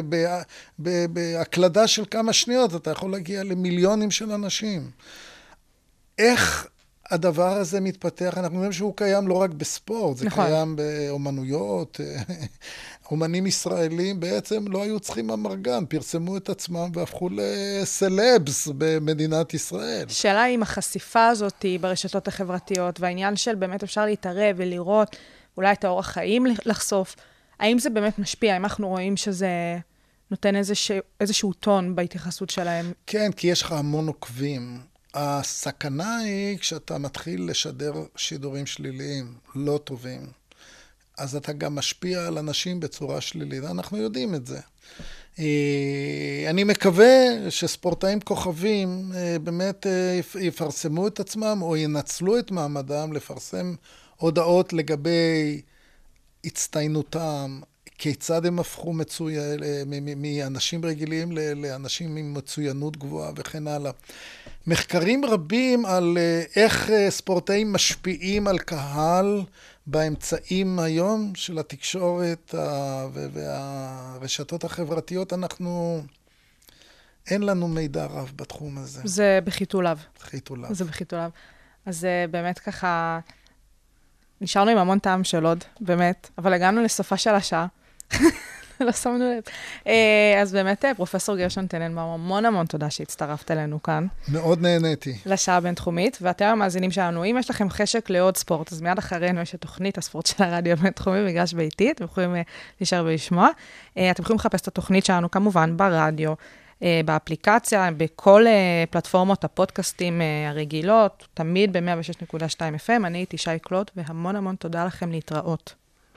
בהקלדה של כמה שניות, אתה יכול להגיע למיליונים של אנשים. איך הדבר הזה מתפתח, אנחנו יודעים שהוא קיים לא רק בספורט, זה נכון. קיים באומנויות. אומנים ישראלים בעצם לא היו צריכים אמרגן, פרסמו את עצמם והפכו לסלבס במדינת ישראל. שאלה אם החשיפה הזאת ברשתות החברתיות, והעניין של באמת אפשר להתערב ולראות אולי את האורח חיים לחשוף, האם זה באמת משפיע? האם אנחנו רואים שזה נותן איזשהו, איזשהו טון בהתייחסות שלהם? כן, כי יש לך המון עוקבים. הסכנה היא כשאתה מתחיל לשדר שידורים שליליים, לא טובים. אז אתה גם משפיע על אנשים בצורה שלילית. אנחנו יודעים את זה. אני מקווה שספורטאים כוכבים באמת יפרסמו את עצמם או ינצלו את מעמדם לפרסם הודעות לגבי הצטיינותם, כיצד הם הפכו מצוי... מאנשים רגילים לאנשים עם מצוינות גבוהה וכן הלאה. מחקרים רבים על איך ספורטאים משפיעים על קהל באמצעים היום של התקשורת והרשתות החברתיות, אנחנו, אין לנו מידע רב בתחום הזה. זה בחיתוליו. בחיתוליו. זה בחיתוליו. אז באמת ככה, נשארנו עם המון טעם של עוד, באמת, אבל הגענו לסופה של השעה. לא שמנו לב. אז באמת, פרופסור גרשון טננבאום, המון המון תודה שהצטרפת אלינו כאן. מאוד נהניתי. לשעה הבינתחומית, ואתם המאזינים שלנו, אם יש לכם חשק לעוד ספורט, אז מיד אחרינו יש את תוכנית הספורט של הרדיו הבינתחומי, מגרש ביתי, אתם יכולים להישאר ולשמוע. אתם יכולים לחפש את התוכנית שלנו, כמובן, ברדיו, באפליקציה, בכל פלטפורמות הפודקאסטים הרגילות, תמיד ב-מאה ושש נקודה שתיים אף אם. אני הייתי שי קלוט, והמון המון תודה לכם להתראות.